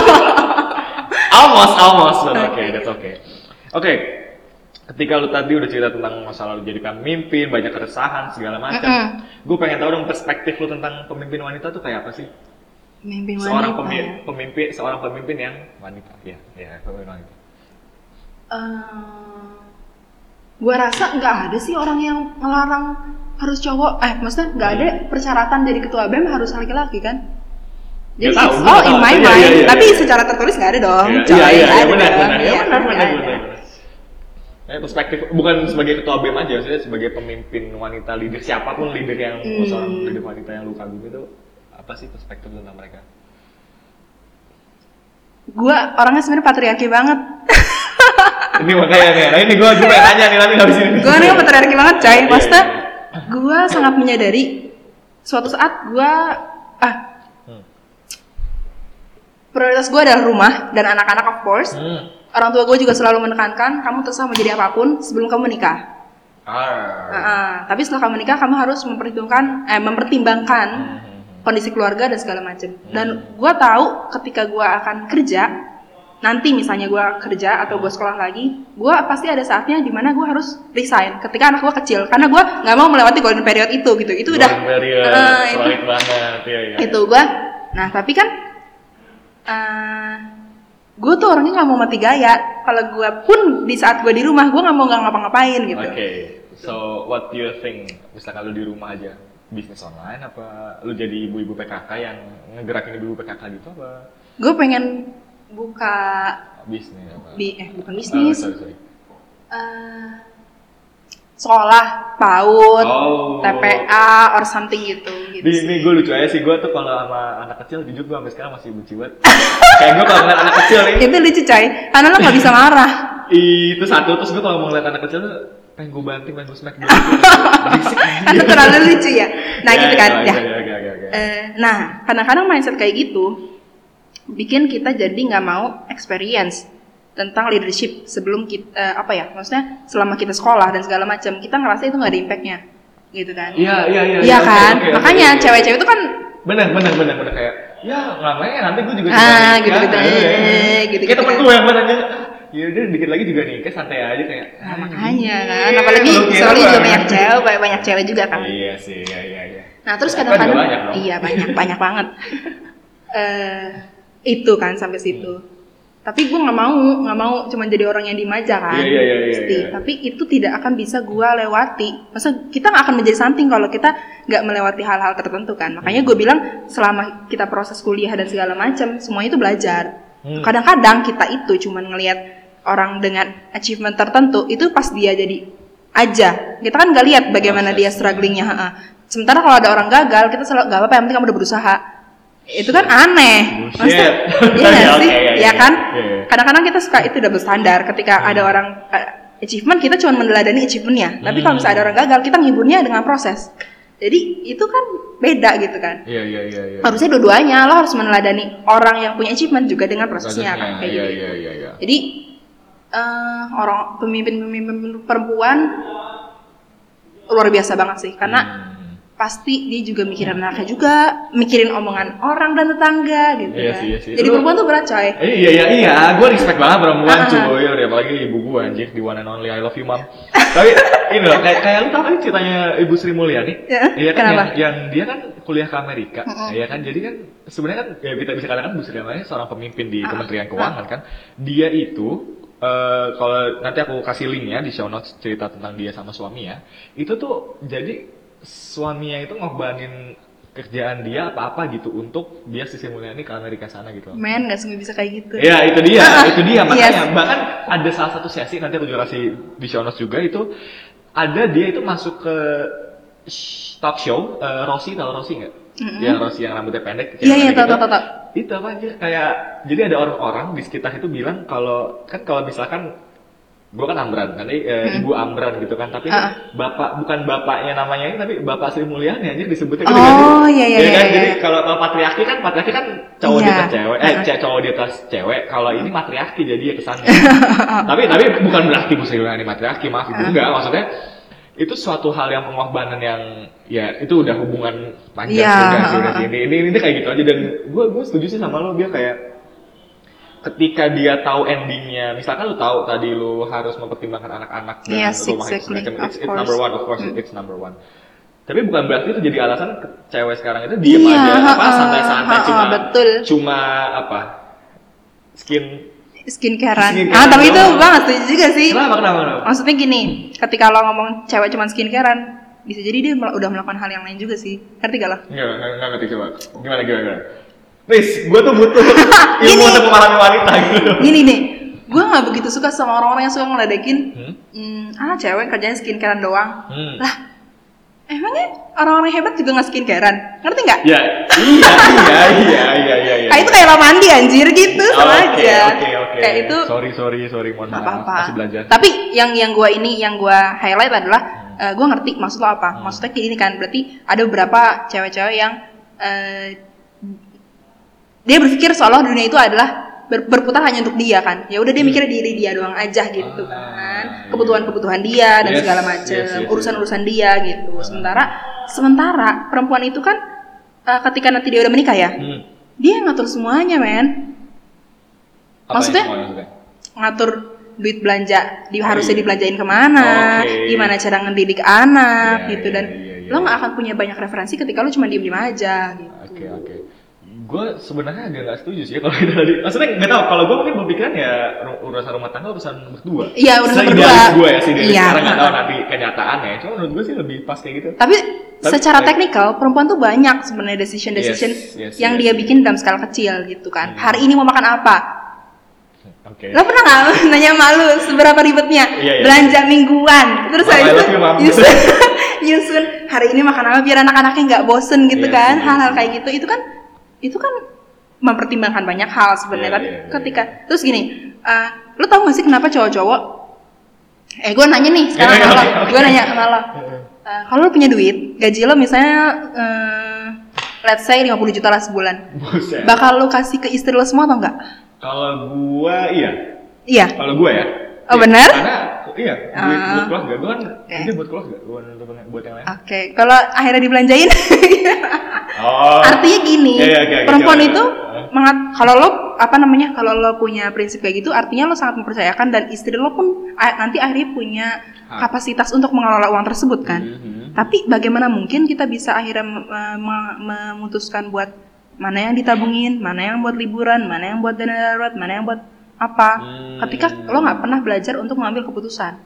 Almost, but that's okay. Oke, ketika lu tadi udah cerita tentang masalah lu jadi pemimpin, banyak keresahan, segala macam. Gue pengen tahu dong perspektif lu tentang pemimpin wanita tuh kayak apa sih? Pemimpin seorang wanita. Seorang pemimpin yang wanita, ya pemimpin wanita. Gue rasa nggak ada sih orang yang melarang harus cowok. Maksudnya nggak ada persyaratan jadi ketua BEM harus laki-laki kan? Jadi in my mind, tapi secara tertulis nggak ada dong. Iya, benar. Perspektif bukan sebagai ketua BEM aja, maksudnya sebagai pemimpin wanita, leader siapapun leader yang seorang leader wanita yang lu kagumi itu apa sih perspektif tentang mereka? Gue orangnya sebenarnya patriarki banget. Ini makanya nih, ini gue pengen tanya nih nanti habis ini. Gue orangnya patriarki banget coy, maksudnya gue sangat menyadari suatu saat gue prioritas gue adalah rumah dan anak-anak of course. Orang tua gue juga selalu menekankan kamu terserah mau jadi apapun sebelum kamu nikah. Tapi setelah kamu nikah kamu harus mempertimbangkan kondisi keluarga dan segala macam. Dan gue tahu ketika gue akan kerja, nanti misalnya gue kerja atau gue sekolah lagi, gue pasti ada saatnya di mana gue harus resign ketika anak gue kecil karena gue nggak mau melewati golden period itu gitu. Itu udah solid banget ya. Itu gue. Nah tapi kan gue tuh orangnya nggak mau mati gaya. Kalau gue pun di saat gue di rumah gue nggak mau ngapa-ngapain gitu. So what do you think? Misalkan lu di rumah aja, bisnis online apa lu jadi ibu-ibu PKK yang ngegerakin ibu-ibu PKK gitu apa? Gue pengen buka bisnis apa? Bukan bisnis. Sorry. Sekolah, PAUD, TPA, or something gitu. Ini gue lucu aja sih, gue tuh kalau sama anak kecil jujur gue sampai sekarang masih benci banget. Kayak gue kalau ngeliat anak kecil nih. Itu lucu coy, karena lo gak bisa marah. Itu satu, terus gue kalau mau ngeliat anak kecil tuh pengen gue banting, pengen gue smack gitu. Itu terlalu lucu ya. Nah gitu kan ya. Nah kadang-kadang mindset kayak gitu bikin kita jadi gak mau experience tentang leadership sebelum kita maksudnya selama kita sekolah dan segala macam kita ngerasa itu nggak ada impactnya gitu kan. Iya kan makanya cewek-cewek itu kan benar kayak ya namanya nanti gue juga gitu-gitu. Kayak temen gue yang mana ya udah dikit lagi juga nikah santai aja kayak. Makanya kan, apalagi soalnya juga banyak cewek juga kan. Iya sih, iya. Nah terus kadang-kadang iya banyak banget. Itu kan sampai situ. Tapi gue nggak mau cuma jadi orang yang diem aja kan. Iya. Tapi itu tidak akan bisa gue lewati. Masa kita nggak akan menjadi something kalau kita nggak melewati hal-hal tertentu kan. Makanya gue bilang selama kita proses kuliah dan segala macam, semuanya itu belajar. Kadang-kadang kita itu cuma ngelihat orang dengan achievement tertentu itu pas dia jadi aja. Kita kan nggak lihat bagaimana dia strugglingnya. Sementara kalau ada orang gagal, kita selalu nggak apa-apa, yang penting kamu udah berusaha. Itu kan aneh. Maksudnya, iya sih, ya kan? Kadang-kadang kita suka itu double standar. Ketika ada orang achievement, kita cuma meneladani achievementnya. Tapi kalau misalnya ada orang gagal, kita nghiburnya dengan proses. Jadi itu kan beda gitu kan? Iya. Harusnya dua-duanya, lo harus meneladani orang yang punya achievement juga dengan prosesnya kan? Kayak gitu. Iya. Jadi orang pemimpin perempuan luar biasa banget sih, karena pasti dia juga mikirin anaknya juga, mikirin omongan orang dan tetangga gitu kan. Iya sih. Jadi perempuan tuh berat coy. Iya, gue respect banget perempuan cuy, apalagi ibu gue anjir, the one and only I love you mom. Tapi ini loh, kayak lu tau kan ceritanya Ibu Sri Mulyani? Iya kan, yang dia kan kuliah ke Amerika, ya kan, jadi kan sebenarnya kan ya kita bisa katakan Bu Sri Mulyani seorang pemimpin di Kementerian Keuangan kan. Dia itu kalau nanti aku kasih linknya di show notes cerita tentang dia sama suaminya, itu tuh jadi suaminya itu ngorbanin kerjaan dia apa-apa gitu untuk biar si Mulyani ke Amerika sana gitu. Men, nggak semua bisa kayak gitu. Iya, itu dia makanya. Bahkan ada salah satu sesi, nanti aku juga kasih di show notes juga, itu ada dia itu masuk ke talk show, Rossi, tahu Rossi nggak? Yang Rossi yang rambutnya pendek. Iya, tahu. Itu apa aja, kayak jadi ada orang-orang di sekitar itu bilang kalau misalkan gue kan Ambran, nanti Ibu Ambran gitu kan, tapi bapak bukan bapaknya namanya ini, tapi Bapak Sri Mulyani aja disebutnya gitu. Iya kan, jadi kalau patriarki kan cowok di atas cewek, cowok di atas cewek, kalau ini matriarki jadi ya kesannya. tapi bukan berarti Bu Sri Mulyani matriarki, maaf Ibu, enggak, maksudnya itu suatu hal yang pengorbanan yang ya itu udah hubungan panjang sudah sih. Ini kayak gitu aja, dan gue setuju sih sama lo, dia kayak ketika dia tahu endingnya, misalkan lu tahu tadi lu harus mempertimbangkan anak-anak dan rumah itu, it's number one, of course it's number one. Tapi bukan berarti itu jadi alasan cewek sekarang itu diem aja, santai-santai cuma skincare-an. Tapi itu banget setuju juga sih. Kenapa? Maksudnya gini, ketika lo ngomong cewek cuma skincare-an, bisa jadi dia udah melakukan hal yang lain juga sih. Ngerti gak lo? Nggak ngerti, coba. Gimana? Riz, gue tuh butuh ilmu untuk memahami wanita gitu. Gini nih, gue nggak begitu suka sama orang-orang yang suka ngeledekin, cewek kerjanya skincarean doang. Lah, emangnya orang-orang hebat juga nggak skincarean? Ngerti nggak? Iya. Itu kayak lo mandi anjir gitu, sama aja. Oke. Kayak itu. Sorry, mohon maaf. Masih belajar. Tapi yang gue highlight adalah, gue ngerti maksud lo apa. Maksudnya kayak gini kan, berarti ada beberapa cewek-cewek yang dia berpikir seolah dunia itu adalah berputar hanya untuk dia kan. Ya udah dia mikir diri dia doang aja gitu kan. Kebutuhan dia dan segala macam, urusan-urusan dia gitu. Sementara perempuan itu kan ketika nanti dia udah menikah ya, dia ngatur semuanya, men. Maksudnya ngatur duit belanja, harusnya dibelanjain kemana, gimana cara ngedidik anak gitu, dan lo nggak akan punya banyak referensi ketika lo cuma diem-diem aja gitu. Oke. Gue sebenarnya agak nggak setuju sih ya kalau kita tadi. Maksudnya nggak tahu, kalau gue mungkin berpikiran ya urusan rumah tangga urusan berdua. Iya, urusan berdua. Gue ya sih, sekarang nggak tahu nanti kenyataannya. Cuma menurut gue sih lebih pas kayak gitu. Tapi secara teknikal perempuan tuh banyak sebenarnya decision yang dia bikin dalam skala kecil gitu kan. Hari ini mau makan apa? Lo pernah nggak nanya malu seberapa ribetnya belanja mingguan? Terus nyusun hari ini makan apa biar anak-anaknya nggak bosen gitu kan. Hal-hal kayak gitu itu kan mempertimbangkan banyak hal sebenarnya. Tapi ketika terus gini, lo tau gak sih kenapa cowok-cowok? Gue nanya nih sekarang sama lo. Gue nanya sama lo. Kalau lo punya duit, gaji lo misalnya let's say 50 juta lah sebulan. Bakal lo kasih ke istri lo semua atau enggak? Kalau gue iya. Kalau gue ya. Oh benar? Karena duit buat keluarga, gue kan ini buat keluarga, buat yang lain. Oke, kalau akhirnya dibelanjain? Oh. Artinya gini, perempuan gitu. itu kalau lo punya prinsip kayak gitu, artinya lo sangat mempercayakan dan istri lo pun nanti akhirnya punya kapasitas untuk mengelola uang tersebut kan. Tapi bagaimana mungkin kita bisa akhirnya memutuskan buat mana yang ditabungin, mana yang buat liburan, mana yang buat dana darurat, mana yang buat apa, ketika lo nggak pernah belajar untuk mengambil keputusan.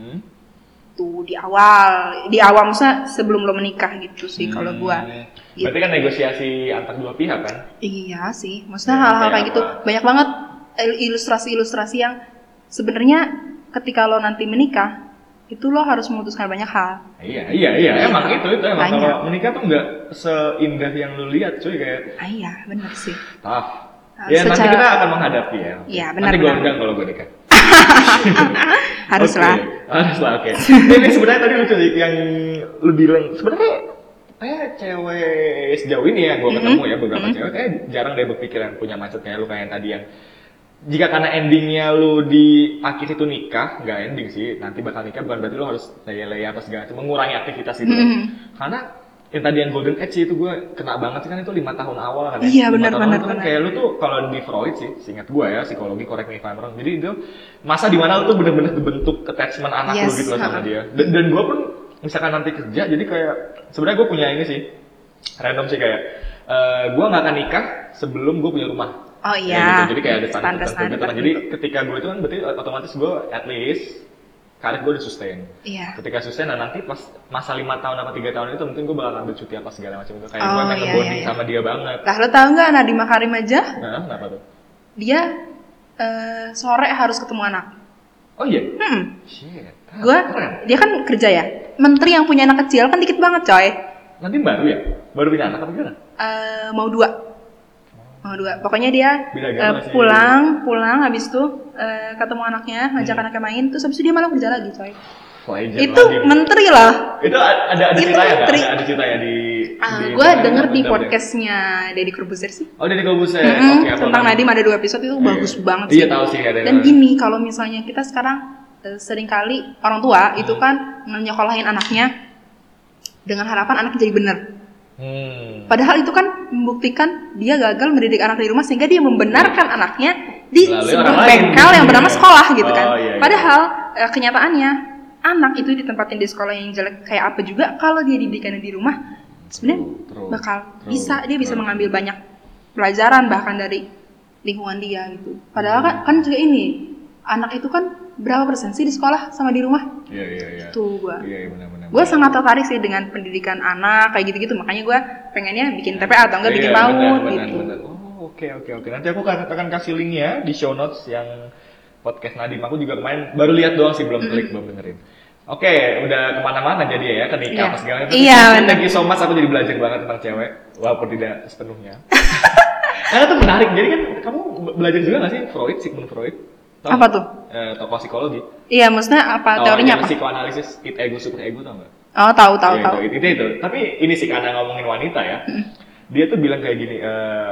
Tuh di awal maksudnya sebelum lo menikah gitu sih kalau gua. Gitu. Berarti kan negosiasi antar dua pihak kan? Iya sih, maksudnya hal-hal kayak gitu banyak banget ilustrasi-ilustrasi yang sebenarnya ketika lo nanti menikah itu lo harus memutuskan banyak hal. Iya. Emang itu emang kalau menikah tuh nggak seindah yang lo lihat cuy kayak. Iya benar sih. Tough. Ya nanti kita akan menghadapi ya. Iya benar. Nanti gue undang kalau gue nikah. Haruslah. Oke. Ini sebenarnya tadi lucu sih yang lu bilang sebenarnya cewek sejauh ini ya gue ketemu ya beberapa cewek jarang deh berpikiran punya mindset kayak lu kayak yang tadi yang jika karena endingnya lu di akhir itu nikah, nggak ending sih, nanti bakal nikah bukan berarti lu harus laya-laya apa segala macam mengurangi aktivitas itu. Karena yang tadi yang golden age sih itu gue kena banget sih kan itu 5 tahun awal kan ya. Iya benar. Kayak lu tuh kalau di Freud sih, seingat gue ya psikologi, correct me if I'm wrong. Jadi itu masa dimana lu tuh bener-bener bentuk attachment anak lu gitu loh sama dia. Dan gue pun misalkan nanti kerja, jadi kayak sebenarnya gue punya ini sih random sih kayak gue nggak akan nikah sebelum gue punya rumah. Oh iya. Gitu. Jadi kayak ada standar gitu. Jadi ketika gue itu kan berarti otomatis gue at least karir gue udah sustain. Iya. Ketika sustain, nah nanti pas masa 5 tahun apa 3 tahun itu mungkin gue bakal ambil cuti apa segala macam itu. Kayak gue akan ngebonding sama dia banget. Lah lo tau nggak Nadiem Makarim aja? Nah, kenapa tuh? Dia sore harus ketemu anak. Oh iya? Shit. Dia kan kerja ya. Menteri yang punya anak kecil kan dikit banget coy. Nanti baru ya? Baru punya anak apa gimana? Mau dua. Pokoknya dia pulang habis itu ketemu anaknya, ngajak anaknya main, terus habis itu dia malah kerja lagi, coy. Itu menteri lah. Itu ada ceritanya nggak? Ada ceritanya di gue denger di podcastnya Deddy Corbuzier sih. Oh, Deddy Corbuzier. Tentang Nadiem ada 2 episode itu bagus banget sih. Iya tahu sih ada. Dan gini, kalau misalnya kita sekarang seringkali orang tua itu kan menyekolahin anaknya dengan harapan anaknya jadi benar. Padahal itu kan membuktikan dia gagal mendidik anak di rumah sehingga dia membenarkan anaknya di sebuah bengkel yang bernama sekolah gitu kan. Padahal kenyataannya anak itu ditempatin di sekolah yang jelek kayak apa juga kalau dia didikannya di rumah sebenarnya bakal bisa mengambil banyak pelajaran bahkan dari lingkungan dia gitu. Padahal kan juga ini anak itu kan berapa persen sih di sekolah sama di rumah? Iya. Tuh gua. Iya benar. Gua sangat tertarik sih dengan pendidikan anak kayak gitu-gitu. Makanya gua pengennya bikin TPA atau enggak bikin PAUD gitu. Oh, oke. Nanti aku akan kasih linknya di show notes yang podcast Nadiem. Aku juga kemarin baru lihat doang sih, belum klik, belum dengerin. Oke, udah kemana-mana jadi ya, ke nikah apa segala macam. Iya, thank you so much, aku jadi belajar banget tentang cewek, walaupun tidak sepenuhnya. Karena itu menarik, jadi kan kamu belajar juga nggak sih Sigmund Freud? Apa tuh? Tokoh psikologi. Iya, maksudnya apa? Teorinya apa? Psikoanalisis, ego, super ego, tau nggak? Oh, tahu. Itu. Tapi ini sih karena ngomongin wanita ya, dia tuh bilang kayak gini,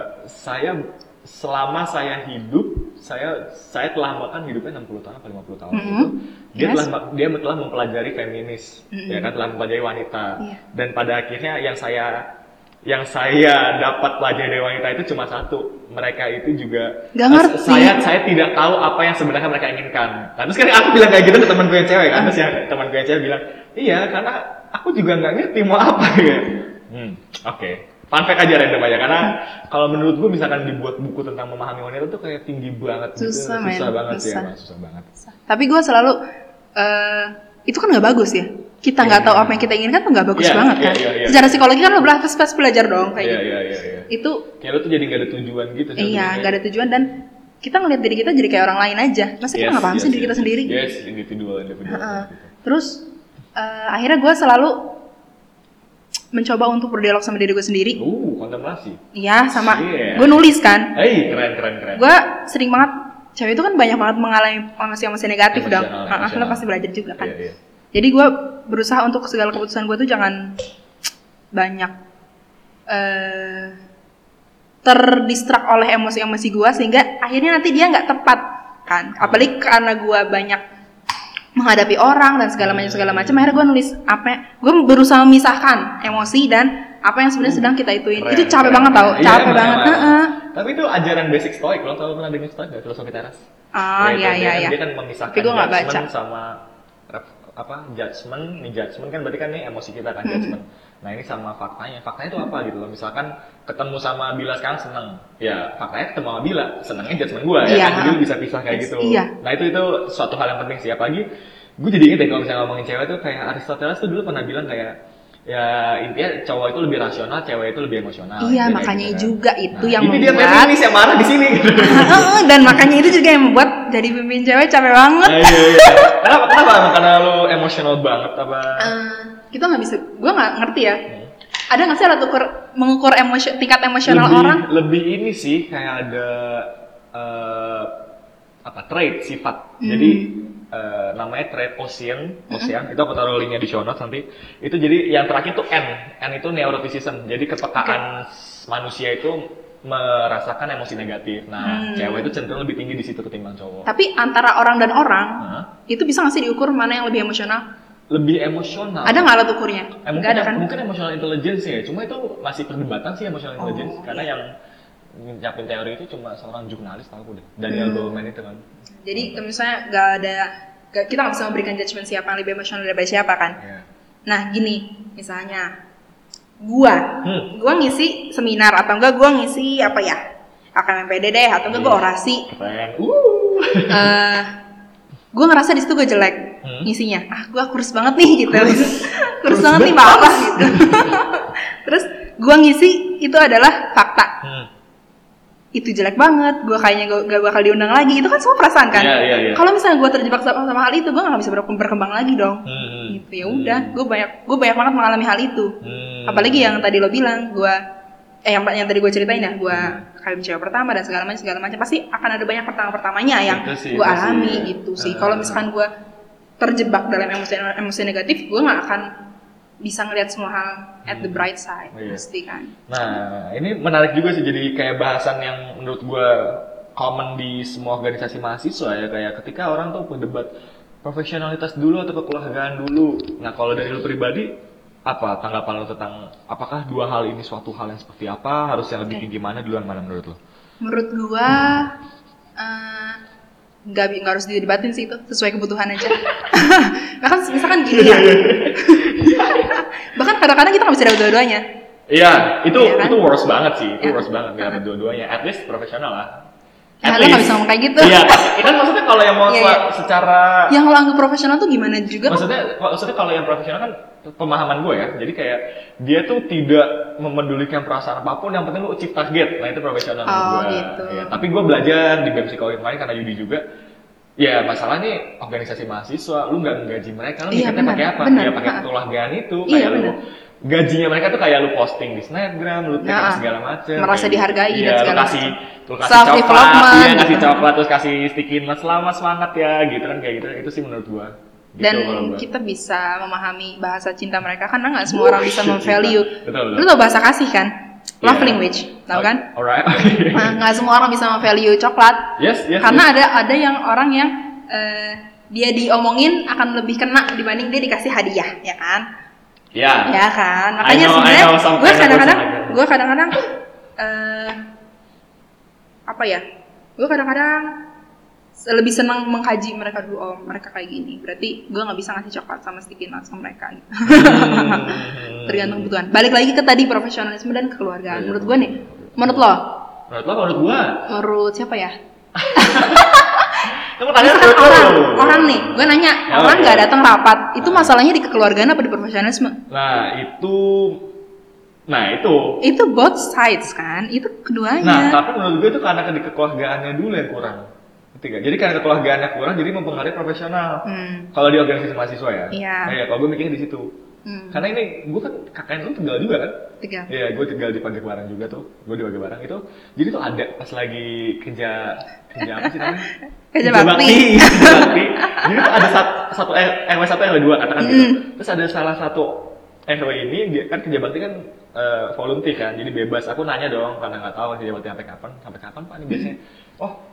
selama saya hidup, saya telah makan hidupnya 60 tahun atau 50 tahun gitu. Dia telah mempelajari feminis, ya kan, telah mempelajari wanita. Dan pada akhirnya yang saya dapat pelajari dari wanita itu cuma satu, mereka itu juga saya tidak tahu apa yang sebenarnya mereka inginkan. Nah, terus kan aku bilang kayak gitu ke temanku yang cewek kan, terus yang temanku yang cewek bilang, iya karena aku juga nggak ngerti mau apa ya. Oke. Fun fact aja random aja, karena kalau menurut gue misalkan dibuat buku tentang memahami wanita tuh kayak tinggi banget susah banget. Tapi gue selalu itu kan nggak bagus ya, kita nggak tahu apa yang kita inginkan tuh nggak bagus banget kan. Secara psikologi kan lo pas belajar dong kayak gitu. Itu kayak lo tuh jadi nggak ada tujuan gitu. Iya, nggak ada tujuan dan kita ngelihat diri kita jadi kayak orang lain aja. Masa kita nggak paham sih diri kita sendiri? Individual. Terus akhirnya gue selalu mencoba untuk berdialog sama diri gue sendiri. Kontemplasi. Iya, sama gue nulis kan. Keren. Gue sering banget, cewek itu kan banyak banget mengalami emosi negatif dong. Lo pasti belajar juga kan. Iya. Jadi gue berusaha untuk segala keputusan gue tuh jangan banyak terdistrak oleh emosi-emosi gue sehingga akhirnya nanti dia nggak tepat kan. Apalagi karena gue banyak menghadapi orang dan segala macam akhirnya gue nulis gue berusaha memisahkan emosi dan apa yang sebenarnya sedang kita ituin. Keren, Itu capek keren. banget tau, Iya, capek emang, banget. emang. Tapi itu ajaran basic stoik, lo tau pernah dengar stoik nggak? Filosofi teras. Iya. Dia kan memisahkan Tapi gue nggak baca. judgment sama judgment. Nih judgment kan berarti kan nih emosi kita kan judgment. Nah ini sama faktanya. Faktanya itu apa gitu loh? Misalkan ketemu sama Bila sekarang seneng, ya faktanya ketemu sama Bila, senengnya judgment gue ya. Iya. Kan? Jadi lu bisa pisah kayak gitu. Iya. Nah itu suatu hal yang penting sih. Apalagi gue jadi inget deh kalau misalnya ngomongin cewek tuh kayak Aristoteles tuh dulu pernah bilang kayak ya intinya cowok itu lebih rasional, cewek itu lebih emosional. Iya, Kayak makanya gitu kan. juga itu yang ini dia membuat feminis yang marah di sini. dan makanya itu juga yang membuat jadi pemimpin cewek capek banget. Iya. Kenapa? Emang karena lu emosional banget apa? Kita nggak bisa, gue nggak ngerti ya. Ada nggak sih alat mengukur tingkat emosional orang? Lebih ini sih kayak ada trait sifat. Jadi namanya trait Ocean itu aku taruh linknya di show notes nanti. Itu jadi yang terakhir tuh N itu neuroticism. Jadi kepekaan manusia itu merasakan emosi negatif. Nah, cewek itu cenderung lebih tinggi di situ ketimbang cowok. Tapi antara orang dan orang itu bisa nggak sih diukur mana yang lebih emosional? Lebih emosional. Ada nggak alat ukurnya? Nggak ada kan? Mungkin emotional intelligence ya. Cuma itu masih perdebatan sih emotional intelligence karena yang nyiapin teori itu cuma seorang jurnalis tahu deh, Daniel Goleman itu kan. Jadi misalnya kita nggak bisa memberikan judgement siapa yang lebih emosional daripada siapa kan? Yeah. Nah gini, misalnya gua ngisi seminar atau enggak gua ngisi apa ya? AKMPD deh atau enggak gua orasi. Keren. Gua ngerasa di situ gua jelek ngisinya. Gua kurus banget nih gitu. kurus banget nih parah gitu. Terus gua ngisi itu adalah fakta. Itu jelek banget, gue kayaknya gak bakal diundang lagi. Itu kan semua perasaan kan. Iya. Kalau misalnya gue terjebak sama hal itu, gue nggak bisa berkembang lagi dong. Gitu ya udah, gue banyak banget mengalami hal itu. Apalagi yang tadi lo bilang, yang tadi gue ceritain ya, gue kawin cewek pertama dan segala macam. Pasti akan ada banyak pertamanya yang gue alami gitu sih. Kalau misalkan gue terjebak dalam emosi negatif, gue nggak akan bisa ngelihat semua hal at the bright side, pasti kan. Nah, ini menarik juga sih, jadi kayak bahasan yang menurut gue common di semua organisasi mahasiswa ya, kayak ketika orang tuh berdebat profesionalitas dulu atau kekeluargaan dulu. Nah, kalau dari lu pribadi, apa tanggapan lu tentang apakah dua hal ini suatu hal yang seperti apa, harus yang lebih tinggi mana, duluan mana menurut lu? Menurut gue, nggak harus didebatin sih itu, sesuai kebutuhan aja. Misalkan gini ya. Bahkan kadang-kadang kita nggak bisa dapat dua-duanya. Iya, itu kan? itu worst banget sih, itu worst banget nggak dapat dua-duanya. At least profesional lah. Lo nggak bisa ngomong kayak gitu. Iya, kan maksudnya kalau yang mau secara yang lo anggap profesional tuh gimana juga? Maksudnya kalau yang profesional kan pemahaman gue ya, jadi kayak dia tuh tidak memedulikan perasaan apapun, yang penting lu achieve target. Nah itu profesional gue. Gitu. Ya, tapi gue belajar di BEM Psikologi kemarin karena Yudi juga. Ya masalahnya organisasi mahasiswa, lu nggak gaji mereka, lu mikirnya pakai apa? Ya pakai kekeluargaan itu, kayak lu gajinya mereka tuh kayak lu posting di Snapgram, lu tag segala macem. Merasa dihargai dan segala macam. Lu kasih coklat, kasih coklat, terus kasih sticky note selamat semangat ya, gitu kan kayak gitu. Itu sih menurut gua. Gitu, dan kita bisa memahami bahasa cinta mereka karena nggak semua orang bisa memvalue. Lu tau bahasa kasih kan? Love language, tau kan? Alright. Nggak semua orang bisa memvalue coklat. Yes. Karena ada yang orang yang dia diomongin akan lebih kena dibanding dia dikasih hadiah, ya kan? Ya. Ya kan. Makanya sebenarnya gue kadang-kadang gue kadang-kadang lebih senang mengkaji mereka dulu. Oh, mereka kayak gini, berarti gue nggak bisa ngasih coklat sama sticky note sama mereka gitu. Tergantung kebutuhan. Balik lagi ke tadi profesionalisme dan kekeluargaan. Menurut gue nih, menurut lo? Menurut gue? Menurut siapa ya? orang nih, gue nanya, orang nggak datang rapat, itu masalahnya di kekeluargaan apa di profesionalisme? Nah itu both sides kan, itu keduanya. Nah tapi menurut gue itu karena di kekeluargaannya dulu yang kurang. Jadi karena kekeluargaannya kurang, jadi mempengaruhi profesional. Kalau di organisasi mahasiswa ya. Iya. Nah, kalau gue mikirnya di situ. Karena ini gue kan KKN lu Tegal juga kan? Tegal. Iya, gue tinggal di Pagebarang juga tuh. Gue di Pagebarang itu. Jadi tuh ada pas lagi kerja apa sih namanya? Kerja bakti. Jadi tuh ada satu RW 1 RW 2 katakan gitu. Terus ada salah satu RW ini dia kan kerja bakti kan volunteer kan. Jadi bebas. Aku nanya dong karena nggak tahu kerja bakti sampai kapan Pak ini biasanya. Oh,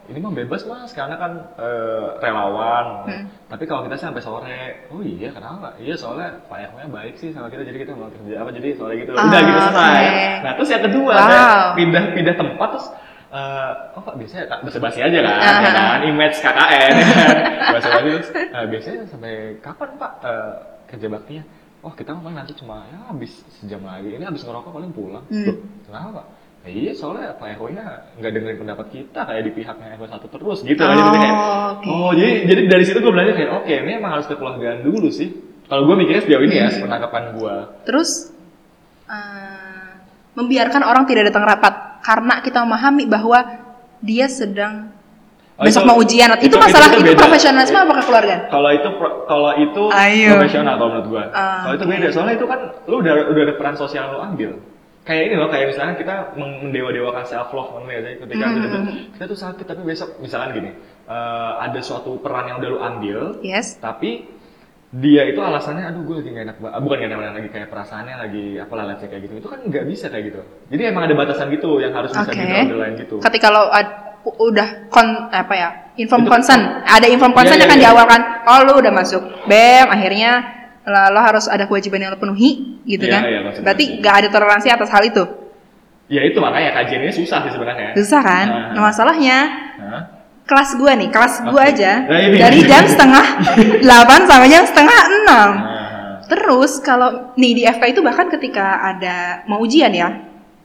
ini mah bebas mas, karena kan relawan. Tapi kalau kita sih sampai sore. Oh iya, kenapa? Iya soalnya Pak RW baik sih sama kita, jadi kita mau kerja apa jadi soalnya gitu. Udah gitu selesai. Nah terus yang kedua, saya pindah tempat terus. Pak biasanya basa-basi aja kan, ya kan, image KKN, basa-basi terus. Biasanya sampai kapan Pak kerja baktinya? Oh kita memang nanti cuma ya habis sejam lagi. Ini habis ngerokok paling pulang. Kenapa Pak? Iya soalnya Pak RW-nya nggak dengerin pendapat kita kayak di pihaknya RW 1 terus gitu kan. Jadi dari situ gue belajar kayak oke, ini emang harus kekeluargaan dulu sih. Kalau gue mikirnya sejauh ini ya, penangkapan gue. Terus membiarkan orang tidak datang rapat karena kita memahami bahwa dia sedang besok mau ujian. Itu masalah itu profesionalisme apa kekeluargaan? Kalau itu profesional kalau menurut gue. Kalau itu beda, soalnya itu kan lu udah ada peran sosial lu ambil. Kayak ini loh, kayak misalnya kita mendewa-dewakan self love ketika kita tuh sakit tapi besok misalkan gini, ada suatu peran yang udah lu ambil, tapi dia itu alasannya aduh gue lagi gak enak banget, bukan gak enak lagi kayak perasaannya lagi apalah kayak gitu, itu kan nggak bisa kayak gitu. Jadi emang ada batasan gitu yang harus bisa di-underline gitu. Ketika kalau udah inform consent, ada inform consent akan diawalkan, oh lu udah masuk BEM, akhirnya lo harus ada kewajiban yang lo penuhi gitu kan. Berarti gak ada toleransi atas hal itu. Ya itu makanya kajiannya susah sih sebenarnya. Susah kan? Nah masalahnya kelas gue aja dari jam 7:30 sampai jam 7:30. Terus kalau nih di FK itu bahkan ketika ada mau ujian ya,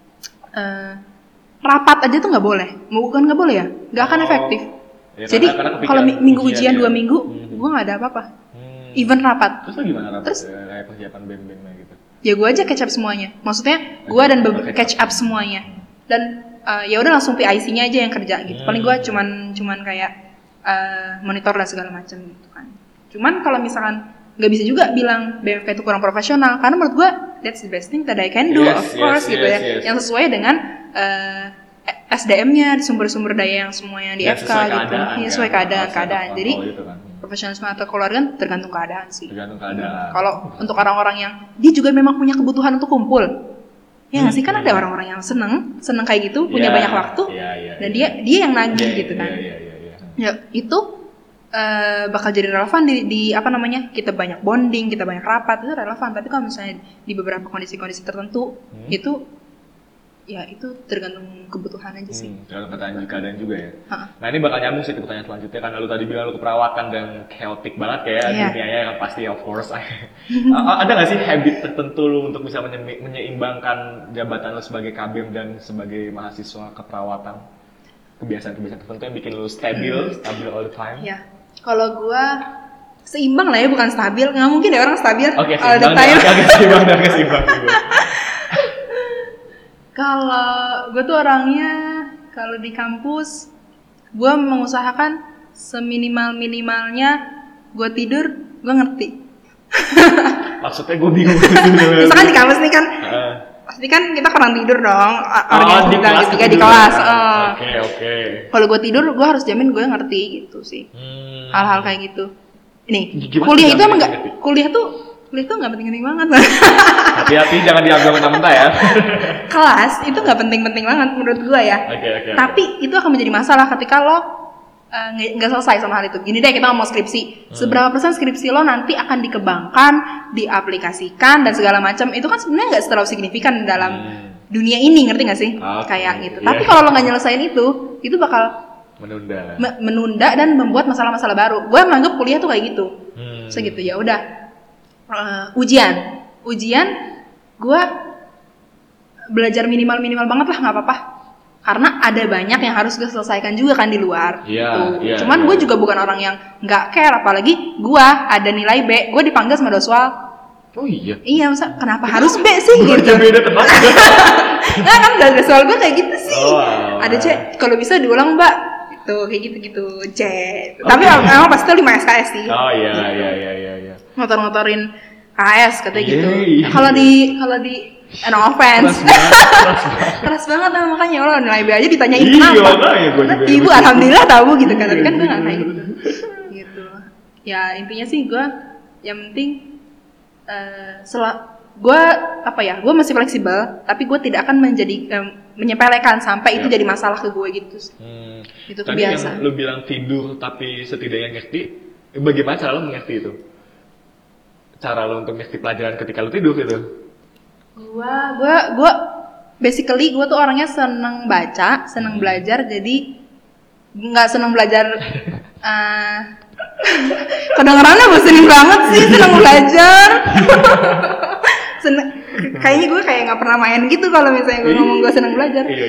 rapat aja tuh nggak boleh. Bukan nggak boleh ya, nggak akan efektif. Ya, jadi kalau minggu ujian 2 minggu, gue nggak ada apa-apa. Even rapat. Terus lo gimana rapat? Kayak persiapan BEM-BEM gitu? Ya gue aja catch up semuanya. Maksudnya gue dan catch up semuanya. Dan ya udah langsung PIC-nya aja yang kerja gitu. Paling gue cuman kayak monitor dan segala macam gitu kan. Cuman kalau misalkan nggak bisa juga bilang BMK itu kurang profesional, karena menurut gue that's the best thing that I can do, of course gitu ya. Yang sesuai dengan SDM-nya, sumber-sumber daya yang semuanya di FK gitu. Sesuai keadaan. Jadi profesionalisme atau keluarga tergantung keadaan sih. Kalau untuk orang-orang yang dia juga memang punya kebutuhan untuk kumpul, ya nggak sih, kan ada orang-orang yang seneng kayak gitu, punya banyak waktu, dan dia yang nagih gitu kan. Ya itu bakal jadi relevan di apa namanya, kita banyak bonding, kita banyak rapat, itu relevan. Tapi kalau misalnya di beberapa kondisi-kondisi tertentu itu ya itu tergantung kebutuhan aja sih. Tergantung keadaan juga ya. Nah ini bakal nyambung sih ke pertanyaan selanjutnya, karena lu tadi bilang lu keperawatan dan chaotic banget kayak dunianya kan pasti of course. Ada nggak sih habit tertentu lu untuk bisa menyeimbangkan jabatan lu sebagai KBM dan sebagai mahasiswa keperawatan? Kebiasaan-kebiasaan tertentu yang bikin lu stabil all the time? Ya, kalau gua seimbang lah ya, bukan stabil. Nggak mungkin ya orang stabil all the time. Agak seimbang. Kalau gue tuh orangnya, kalau di kampus, gue mengusahakan seminimal-minimalnya gue tidur, gue ngerti. Maksudnya gue bingung. Misalkan di kampus nih kan, pasti kan kita kurang tidur dong. Orang yang ketiga di kelas. Oke. Kalau gue tidur, gue harus jamin gue ngerti gitu sih. Hal-hal kayak gitu. Nih, kuliah itu emang nggak, kuliah tuh nggak penting-penting banget. Hati-hati jangan diambil mentah-mentah ya. Kelas itu nggak penting-penting banget menurut gue ya. Tapi itu akan menjadi masalah ketika lo nggak selesai sama hal itu. Gini deh, kita ngomong skripsi. Seberapa persen skripsi lo nanti akan dikembangkan, diaplikasikan dan segala macam. Itu kan sebenarnya nggak terlalu signifikan dalam dunia ini, ngerti nggak sih? Kayak gitu. Tapi kalau lo nggak nyelesain itu bakal menunda dan membuat masalah-masalah baru. Gue menganggap kuliah tuh kayak gitu. Segitu ya udah. Ujian gue belajar minimal banget lah, nggak apa-apa, karena ada banyak yang harus gue selesaikan juga kan di luar. Cuman gue juga bukan orang yang nggak care, apalagi gue ada nilai B, gue dipanggil sama doswal. Masa kenapa harus B sih gitu? Nggak kan, doswal gue kayak gitu sih. Ada C, kalau bisa diulang mbak, gitu kayak gitu C. Tapi emang pasti 5 SKS sih. Iya. Ngotor-ngotorin KS katanya gitu. Kalau di no offense. Keras banget makanya Allah nilai B aja ditanyain kenapa. Ibu alhamdulillah tahu gitu kan, tapi kan gue nggak kayak gitu. Ya intinya sih gue yang penting gue gue masih fleksibel, tapi gue tidak akan menyepelekan sampai itu jadi masalah ke gue gitu. Itu tadi kebiasaan. yang lu bilang tidur tapi setidaknya ngerti, bagaimana cara lu mengerti itu? Cara lu untuk ngerti pelajaran ketika lu tidur gitu? Gue basically gue tuh orangnya seneng baca, seneng belajar, jadi nggak seneng belajar. Kedengerannya bosenin banget sih, seneng belajar. Kayaknya gue kayak nggak pernah main gitu kalau misalnya gue ngomong gue seneng belajar. Iya.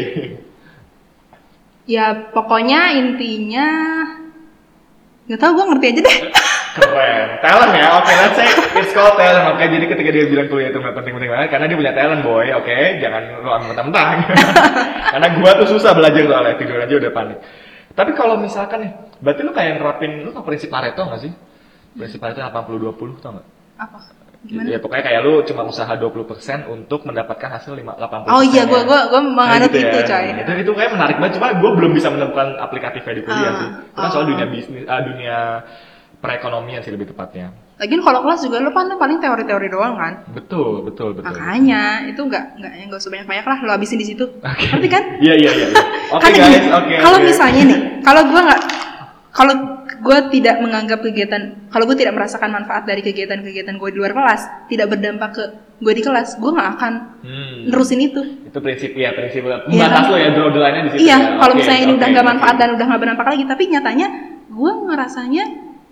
Ya pokoknya intinya nggak tahu, gue ngerti aja deh. Keren, talent ya. Oke, let's say it's called talent. Oke, jadi ketika dia bilang kuliah itu nggak penting-penting banget karena dia punya talent, boy. Oke, jangan lu mentah-mentah. Karena gua tuh susah belajar soalnya, tidur aja udah panik. Tapi kalau misalkan nih, berarti lu kayak nerapin, lu tau prinsip Pareto nggak sih? Prinsip Pareto 80-20, tau nggak? Apa? Gimana? Ya pokoknya kayak lu cuma usaha 20% untuk mendapatkan hasil 80%. Oh iya, gue menganut gitu itu, ya. coy. Itu kayak menarik banget, cuma gue belum bisa menemukan aplikatifnya di kuliah sih. Itu kan soal dunia bisnis, dunia perekonomian sih lebih tepatnya. Lagian kalau kelas juga lo paling teori-teori doang kan? Betul. Makanya itu nggak usah banyak lah, lo habisin di situ. Ngerti kan? Iya. Oke guys, oke. Kalau misalnya nih, kalau gue tidak menganggap kalau gue tidak merasakan manfaat dari kegiatan-kegiatan gue di luar kelas, tidak berdampak ke gue di kelas, gue nggak akan nerusin itu. Itu prinsip batas lo ya, draw the line-nya di situ. Iya, kalau misalnya ini udah nggak manfaat dan udah nggak berdampak lagi, tapi nyatanya gue ngerasanya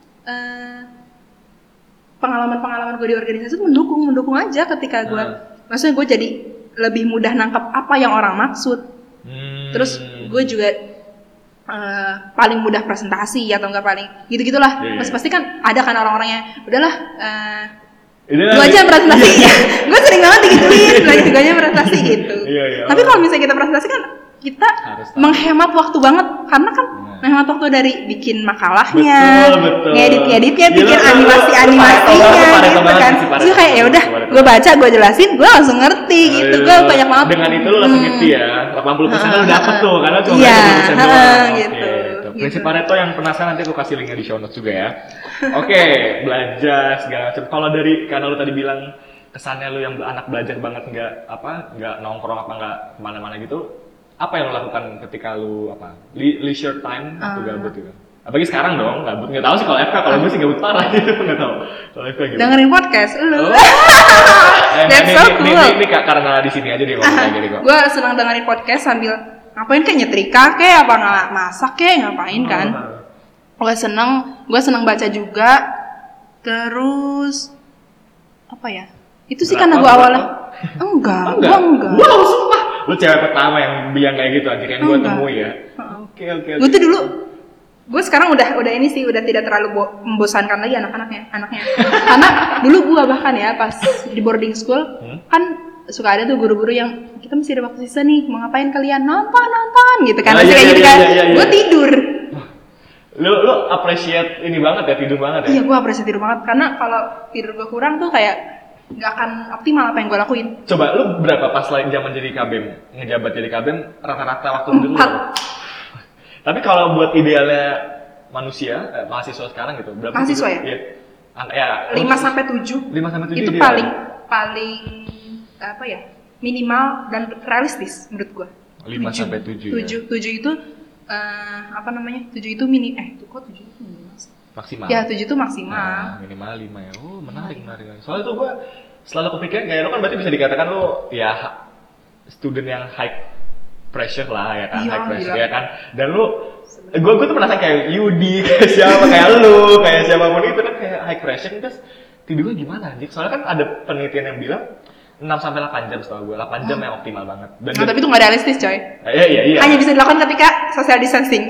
pengalaman gue di organisasi itu mendukung aja ketika gue, maksudnya gue jadi lebih mudah nangkep apa yang orang maksud. Terus gue juga paling mudah presentasi atau enggak paling gitu-gitulah. Pasti kan ada kan orang-orangnya udahlah gue aja presentasi. Gue sering banget digituin, gue aja presentasi gitu. Tapi kalau misalnya kita presentasi kan kita menghemat waktu banget, karena kan menghemat waktu dari bikin makalahnya, ngedit-ngeditnya, bikin animasi-animasinya gitu kan. Terus kayak ya udah, gue baca, gue jelasin, gue langsung ngerti gitu. Gue banyak banget. Dengan itu lo langsung ngerti ya, 80% lo dapet tuh, karena cuma 20% doang. Gitu. Prinsip Pareto yang penasaran nanti aku kasih linknya di show notes juga ya. Oke, belajar segala macam. Kalau dari, karena lo tadi bilang kesannya lo yang anak belajar banget, nggak nongkrong nggak kemana-mana gitu. Apa yang lo lakukan ketika lo leisure time atau gabut gitu? Apalagi sekarang dong, gabut. Nggak tahu sih kalau FK, kalau gue sih gabut parah gitu, nggak tahu. Kalau FK gimana? Dengerin podcast lu. That's so cool. Ini karena di sini aja deh ngomong kayak gini kok. Gue senang dengerin podcast sambil ngapain, kayak nyetrika kayak apa masak kayak ngapain kan. Gue senang baca juga. Terus apa ya? Itu sih karena gue awalnya enggak. Wow, sumpah. Lu cewek pertama yang bilang kayak gitu aja yang gue temui ya. Oke. Gue tuh dulu, gue sekarang udah ini sih udah tidak terlalu membosankan lagi anaknya. Karena dulu gue bahkan ya pas di boarding school kan suka ada tuh guru-guru yang kita masih ada waktu sisa nih, mau ngapain kalian, nonton gitu kan, masih kayak gitu kan. Gue tidur. Lu appreciate ini banget ya, tidur banget ya? Iya, gue appreciate tidur banget karena kalau tidur gue kurang tuh kayak nggak akan optimal apa yang gue lakuin. Coba lu berapa pas zaman jadi kabem, ngejabat jadi kabem, rata-rata waktu tidur lu? Tapi kalau buat idealnya manusia, mahasiswa sekarang gitu, berapa? Mahasiswa ya? Iya. 5-7. 5-7 itu paling apa ya? Minimal dan realistis menurut gue. 5-7. 7 itu apa namanya? 7 itu kok 7 itu minimal sih? Maksimal. Ya 7 itu maksimal. Minimal 5 ya. Oh, menarik. Soalnya tuh gue selalu kepikiran kayak lo kan berarti bisa dikatakan lo ya student yang high pressure lah ya kan, high pressure ya kan. Dan lo gue tuh penasaran kayak Yudi, kayak lo, kayak siapapun itu kan kayak high pressure, terus tidurnya gimana anjir? Soalnya kan ada penelitian yang bilang 6-8 jam setahu gue, 8 jam yang optimal banget. Tapi itu nggak realistis coy. Iya. Hanya bisa dilakukan ketika social distancing.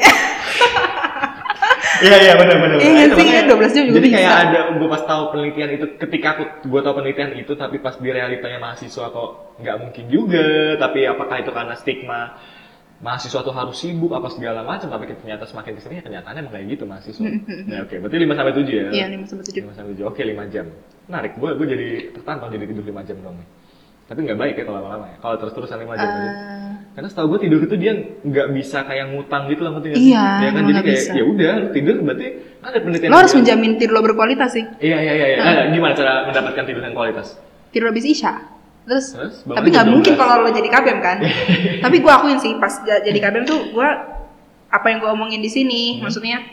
Iya benar. Iya sih, 12 jam juga jadi bisa. kayak ada, gue pas tahu penelitian itu, ketika gue tahu penelitian itu, tapi pas di realitanya mahasiswa kok nggak mungkin juga. Tapi apakah itu karena stigma mahasiswa tuh harus sibuk apa segala macam, tapi ternyata semakin kesini kenyataannya emang kayak gitu mahasiswa. Ya oke, berarti 5-7 ya? Iya 5-7. 5-7, oke 5 jam. Menarik, gue jadi tertantang jadi tidur 5 jam dong. Tapi nggak baik ya kalau lama-lama ya, kalau terus-terusan 5 jam aja. Karena setahu gue tidur itu dia nggak bisa kayak ngutang gitu lah, ngerti nggak? Iya, ya kan, jadi kayak ya udah lu tidur berarti kan ada penelitian. Lo harus menjamin tidur lo berkualitas sih. Iya. Gimana cara mendapatkan tidur yang kualitas? tidur habis isya. Terus bangun tapi nggak jam mungkin 12. kalau lo jadi KBM kan. Tapi gue akuin sih pas jadi KBM tuh gue apa yang gue omongin di sini, maksudnya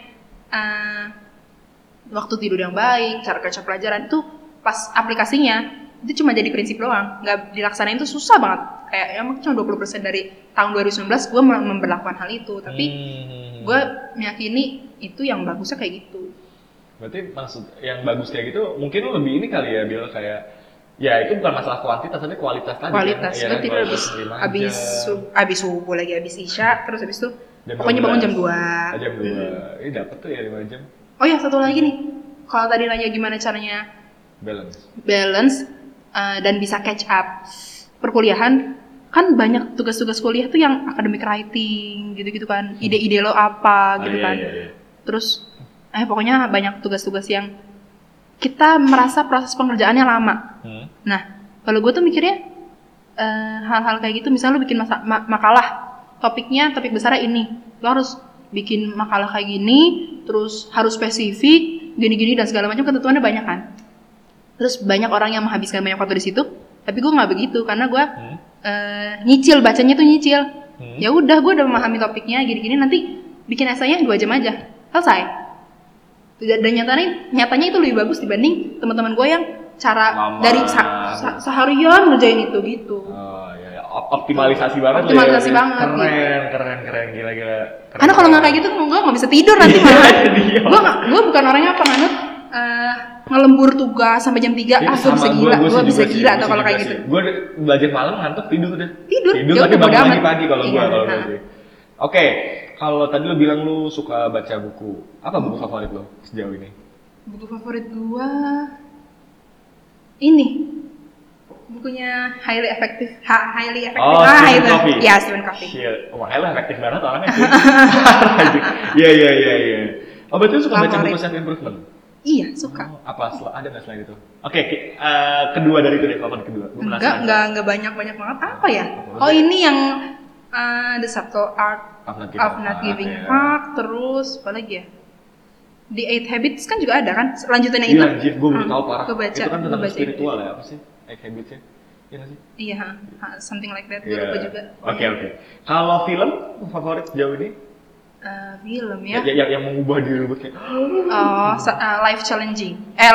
waktu tidur yang baik, cara kerja pelajaran itu pas aplikasinya itu cuma jadi prinsip doang, nggak dilaksanain tuh susah banget. Kayak emang cuma 20% dari tahun 2019 gue memberlakukan hal itu, tapi gue meyakini itu yang bagusnya kayak gitu. Berarti maksud yang bagus kayak gitu mungkin lo lebih ini kali ya, Bil, kayak ya itu bukan masalah kuantitas tapi kualitas tadi. Kualitas, kan? gue tidur abis subuh lagi, abis isya, terus abis itu pokoknya bangun jam 2. Jam 2, ini dapet tuh ya 5 jam. Oh ya, satu lagi nih, kalau tadi nanya gimana caranya balance dan bisa catch up perkuliahan, kan banyak tugas-tugas kuliah tuh yang academic writing gitu-gitu kan, ide-ide lo apa gitu kan. Iya. Terus pokoknya banyak tugas-tugas yang kita merasa proses pengerjaannya lama. Nah, kalau gue tuh mikirnya hal-hal kayak gitu, misalnya lo bikin makalah, topik besarnya ini, lo harus bikin makalah kayak gini, terus harus spesifik, gini-gini dan segala macam, ketentuannya banyak kan. Terus banyak orang yang menghabiskan banyak waktu di situ, tapi gue nggak begitu karena gue nyicil, bacanya tuh nyicil. Ya udah, gue udah memahami topiknya gini-gini, nanti bikin esainya 2 jam aja, selesai. Dan nyatanya itu lebih bagus dibanding teman-teman gue yang cara dari seharian ngerjain itu gitu. Oh iya, optimalisasi banget. Optimalisasi banget. Keren, gila. Karena kalau nggak kayak gitu, gue nggak bisa tidur nanti malah. Gue bukan orangnya penganut ngelembur tugas sampai jam 3. Gue bisa gila, gue bisa gila atau kalau kayak gitu. Gue belajar malam ngantuk tidur deh. Tidur tapi udah bangun amat. lagi pagi kalau gue. Iya. Oke, kalau tadi lu bilang lu suka baca buku, apa buku favorit lo sejauh ini? Buku favorit gue ini, bukunya Highly Effective. Oh, Stephen Covey. Ya, Stephen Covey. Wah, lo efektif banget orangnya sih. Iya. Oh, berarti lu suka baca buku self improvement? Iya, suka. Apa ada nggak selain itu? Oke, kedua dari itu deh, favorit kedua. Enggak banyak banget. Apa ya? Oh, ini yang The Subtle Art of Not Giving a Fuck. Terus apa lagi ya? The 8 Habits kan juga ada kan? Lanjutannya itu. Iya, gue baru tahu parah. Itu kan tentang spiritual ya, apa sih? 8 Habits ya? Iya nggak sih? Iya, something like that. Gue lupa juga. Oke. Kalau film favorit sejauh ini? Film ya? Yang mengubah diri lu kayak life challenging.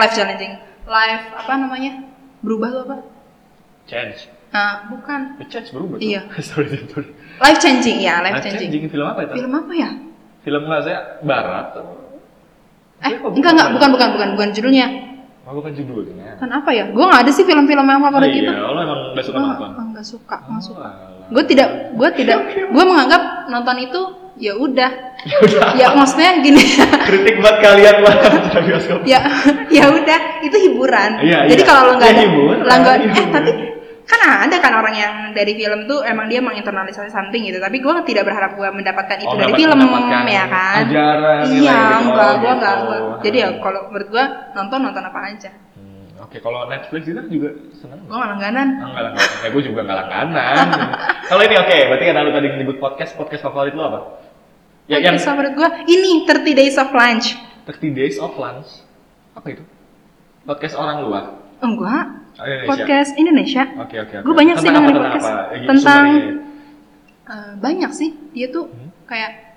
Life apa namanya? Berubah tuh apa? Change. Bukan. Change berubah. Iya. Sorry. Life changing ya, life changing. Film apa itu? Film apa ya? Film nggak saya barat. Enggak, bukan judulnya. Bukan judulnya. Kan apa ya? Gue nggak ada sih film-film yang favorit gitu. Iya, lo emang nggak suka nonton? Nggak suka. Gue menganggap nonton itu ya udah. Ya maksudnya gini. Kritik buat kalian lah bioskop. Ya udah, itu hiburan. Iya, jadi kalau lo nggak ada, hiburan. tapi kan ada kan orang yang dari film tuh emang dia menginternalisasi something gitu. Tapi gue tidak berharap gue mendapatkan itu dari film ya kan. Ajaran. Iya, enggak. Jadi ya kalau menurut gue nonton apa aja. Oke, kalau Netflix itu juga seneng. Gue nggak langganan. Enggak langganan. Gue juga nggak langganan. Kalau ini oke, berarti kan lu tadi nyebut podcast favorit lo apa? Podcast favorit gue ini 30 Days of Lunch. 30 Days of Lunch? Apa itu? Podcast orang luar? Enggak. Indonesia. Podcast Indonesia. Oke. Gue banyak sih dengerin podcast tentang banyak sih. Dia tuh kayak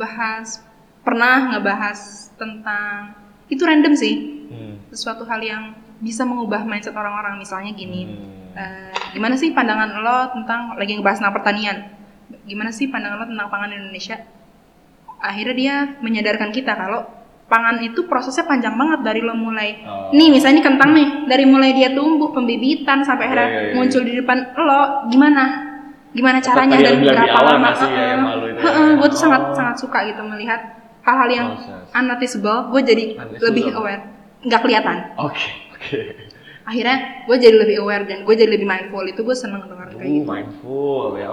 pernah ngebahas tentang itu random sih. Sesuatu hal yang bisa mengubah mindset orang-orang, misalnya gini. Gimana sih pandangan lo tentang lagi ngebahas tentang pertanian? Gimana sih pandangan lo tentang pangan Indonesia? Akhirnya dia menyadarkan kita kalau pangan itu prosesnya panjang banget dari lo mulai nih misalnya kentang nih, dari mulai dia tumbuh pembibitan sampai akhirnya muncul di depan lo, gimana caranya dan berapa lama. Gue tuh sangat suka gitu melihat hal-hal yang unnoticeable. Gue jadi lebih aware, nggak kelihatan. Oke. Akhirnya gue jadi lebih aware dan gue jadi lebih mindful. Itu gue seneng dengar kayak gitu. Mindful ya,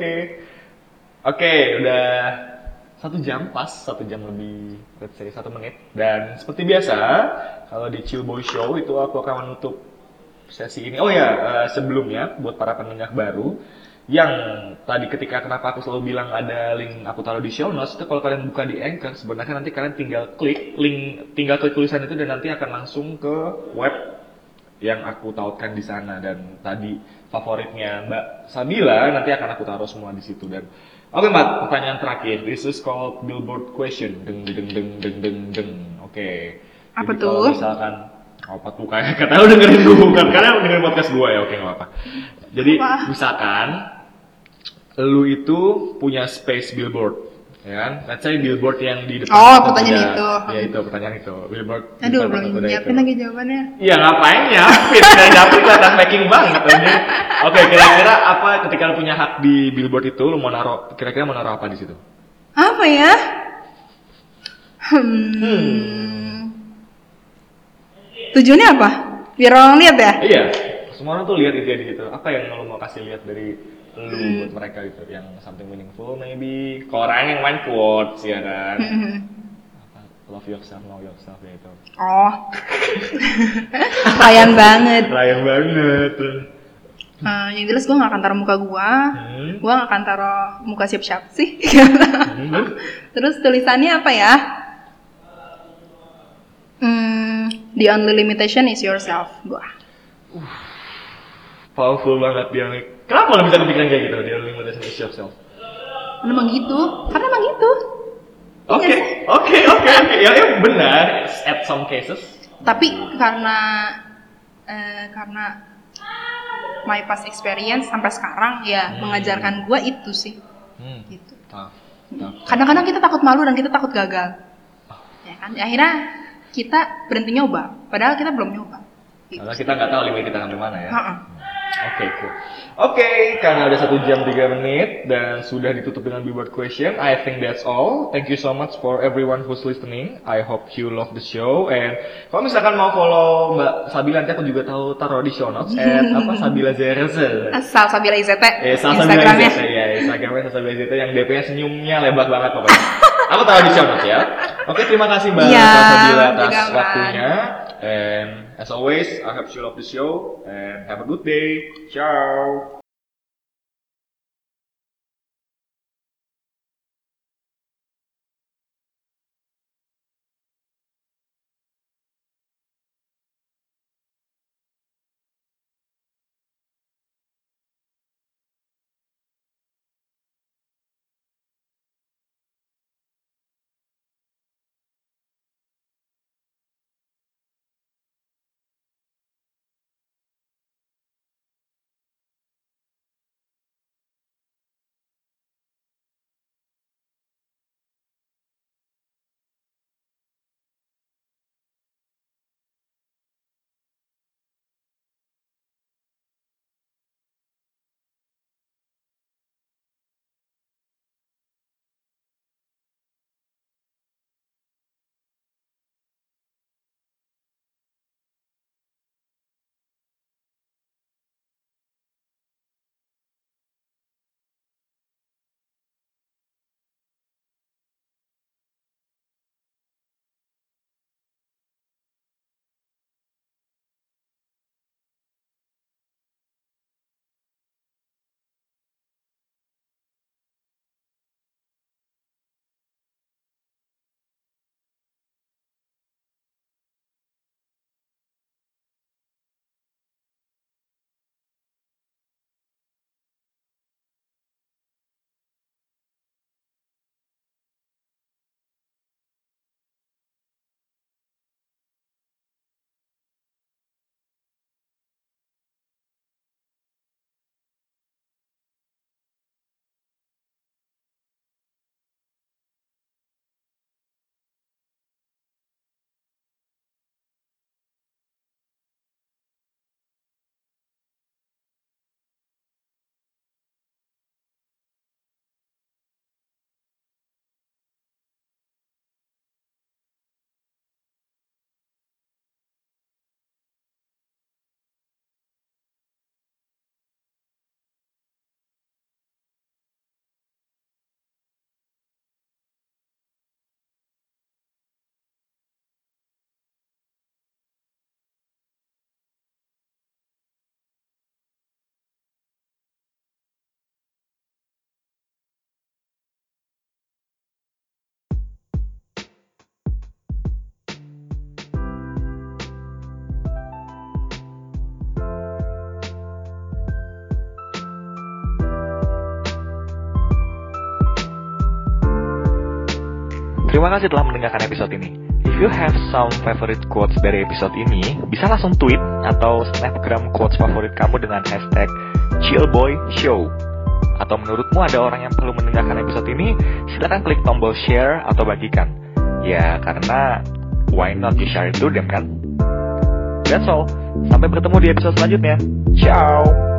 oke, udah 1 jam pas, 1 jam lebih, let's say 1 menit. Dan seperti biasa, kalau di Chill Boy Show itu aku akan menutup sesi ini. Oh ya, sebelumnya buat para pendengar baru yang tadi ketika kenapa aku selalu bilang ada link aku taruh di show notes, itu kalau kalian buka di Anchor, sebenarnya nanti kalian tinggal klik tulisan itu dan nanti akan langsung ke web yang aku tautkan di sana, dan tadi favoritnya Mbak Sabila nanti akan aku taruh semua di situ. Dan oke Mbak, pertanyaan terakhir. This is called billboard question. Deng deng deng deng deng deng. Oke. Apa Jadi tuh? kalau misalkan apa tuh kayak kata lu dengerin dulu kan, karena dengerin podcast gua ya, oke nggak apa-apa. Jadi Apa? misalkan lu itu punya space billboard, ya kan? Let's say billboard yang di depan Oh, patung pertanyaan kuda. itu. Ya itu pertanyaan itu. Billboard di Aduh, depan belum patung kuda nyiapin itu. lagi jawabannya. Iya ngapain nyiapin? Nggak nyiapin kelihatan packing banget anjir. Oke, kira-kira apa ketika lu punya hak di billboard itu, lu mau naruh, kira-kira mau naruh apa di situ? Apa ya? Tujuannya apa? Biar orang lihat ya? Iya, semua orang tuh lihat itu ya di situ. Apa yang lu mau kasih lihat dari lu buat mereka gitu, yang something meaningful maybe. Kalau orang yang main quotes ya kan. Apa, love yourself, know yourself ya itu. Oh. Layan banget. Layak banget. Yang jelas gue gak akan taruh muka gue. Gue gak akan taruh muka siapa-siapa sih. Terus tulisannya apa ya? The only limitation is yourself. Gue. Powerful banget dia. Kenapa lo bisa kepikiran kayak gitu? Dia limitation is yourself. Karena emang gitu. Oke. Ya benar. At some cases. Tapi karena my past experience sampai sekarang ya mengajarkan gue itu sih. Gitu. Kadang-kadang kita takut malu dan kita takut gagal. Ya kan? Akhirnya kita berhenti nyoba. Padahal kita belum nyoba. Gitu. Karena kita nggak tahu limit kita sampai mana ya. Oke, Cool. Oke, karena udah 1 jam 3 menit dan sudah ditutup dengan billboard question, I think that's all. Thank you so much for everyone who's listening. I hope you love the show. And kalau misalkan mau follow Mbak Sabila, nanti aku juga taruh di show notes Sabila Zerze. Asal Sabila IZT. Instagramnya. Ya, Instagramnya Sabila IZT yang DP-nya senyumnya lebar banget pokoknya. Aku taruh di show notes ya. Oke, terima kasih Mbak Sabila atas waktunya. And as always, I hope you love the show and have a good day. Ciao. Terima kasih telah mendengarkan episode ini. If you have some favorite quotes dari episode ini, bisa langsung tweet atau snapgram quotes favorit kamu dengan hashtag #ChillBoyShow. Atau menurutmu ada orang yang perlu mendengarkan episode ini, silakan klik tombol share atau bagikan. Ya, karena why not you share it to them kan? That's all. Sampai bertemu di episode selanjutnya. Ciao.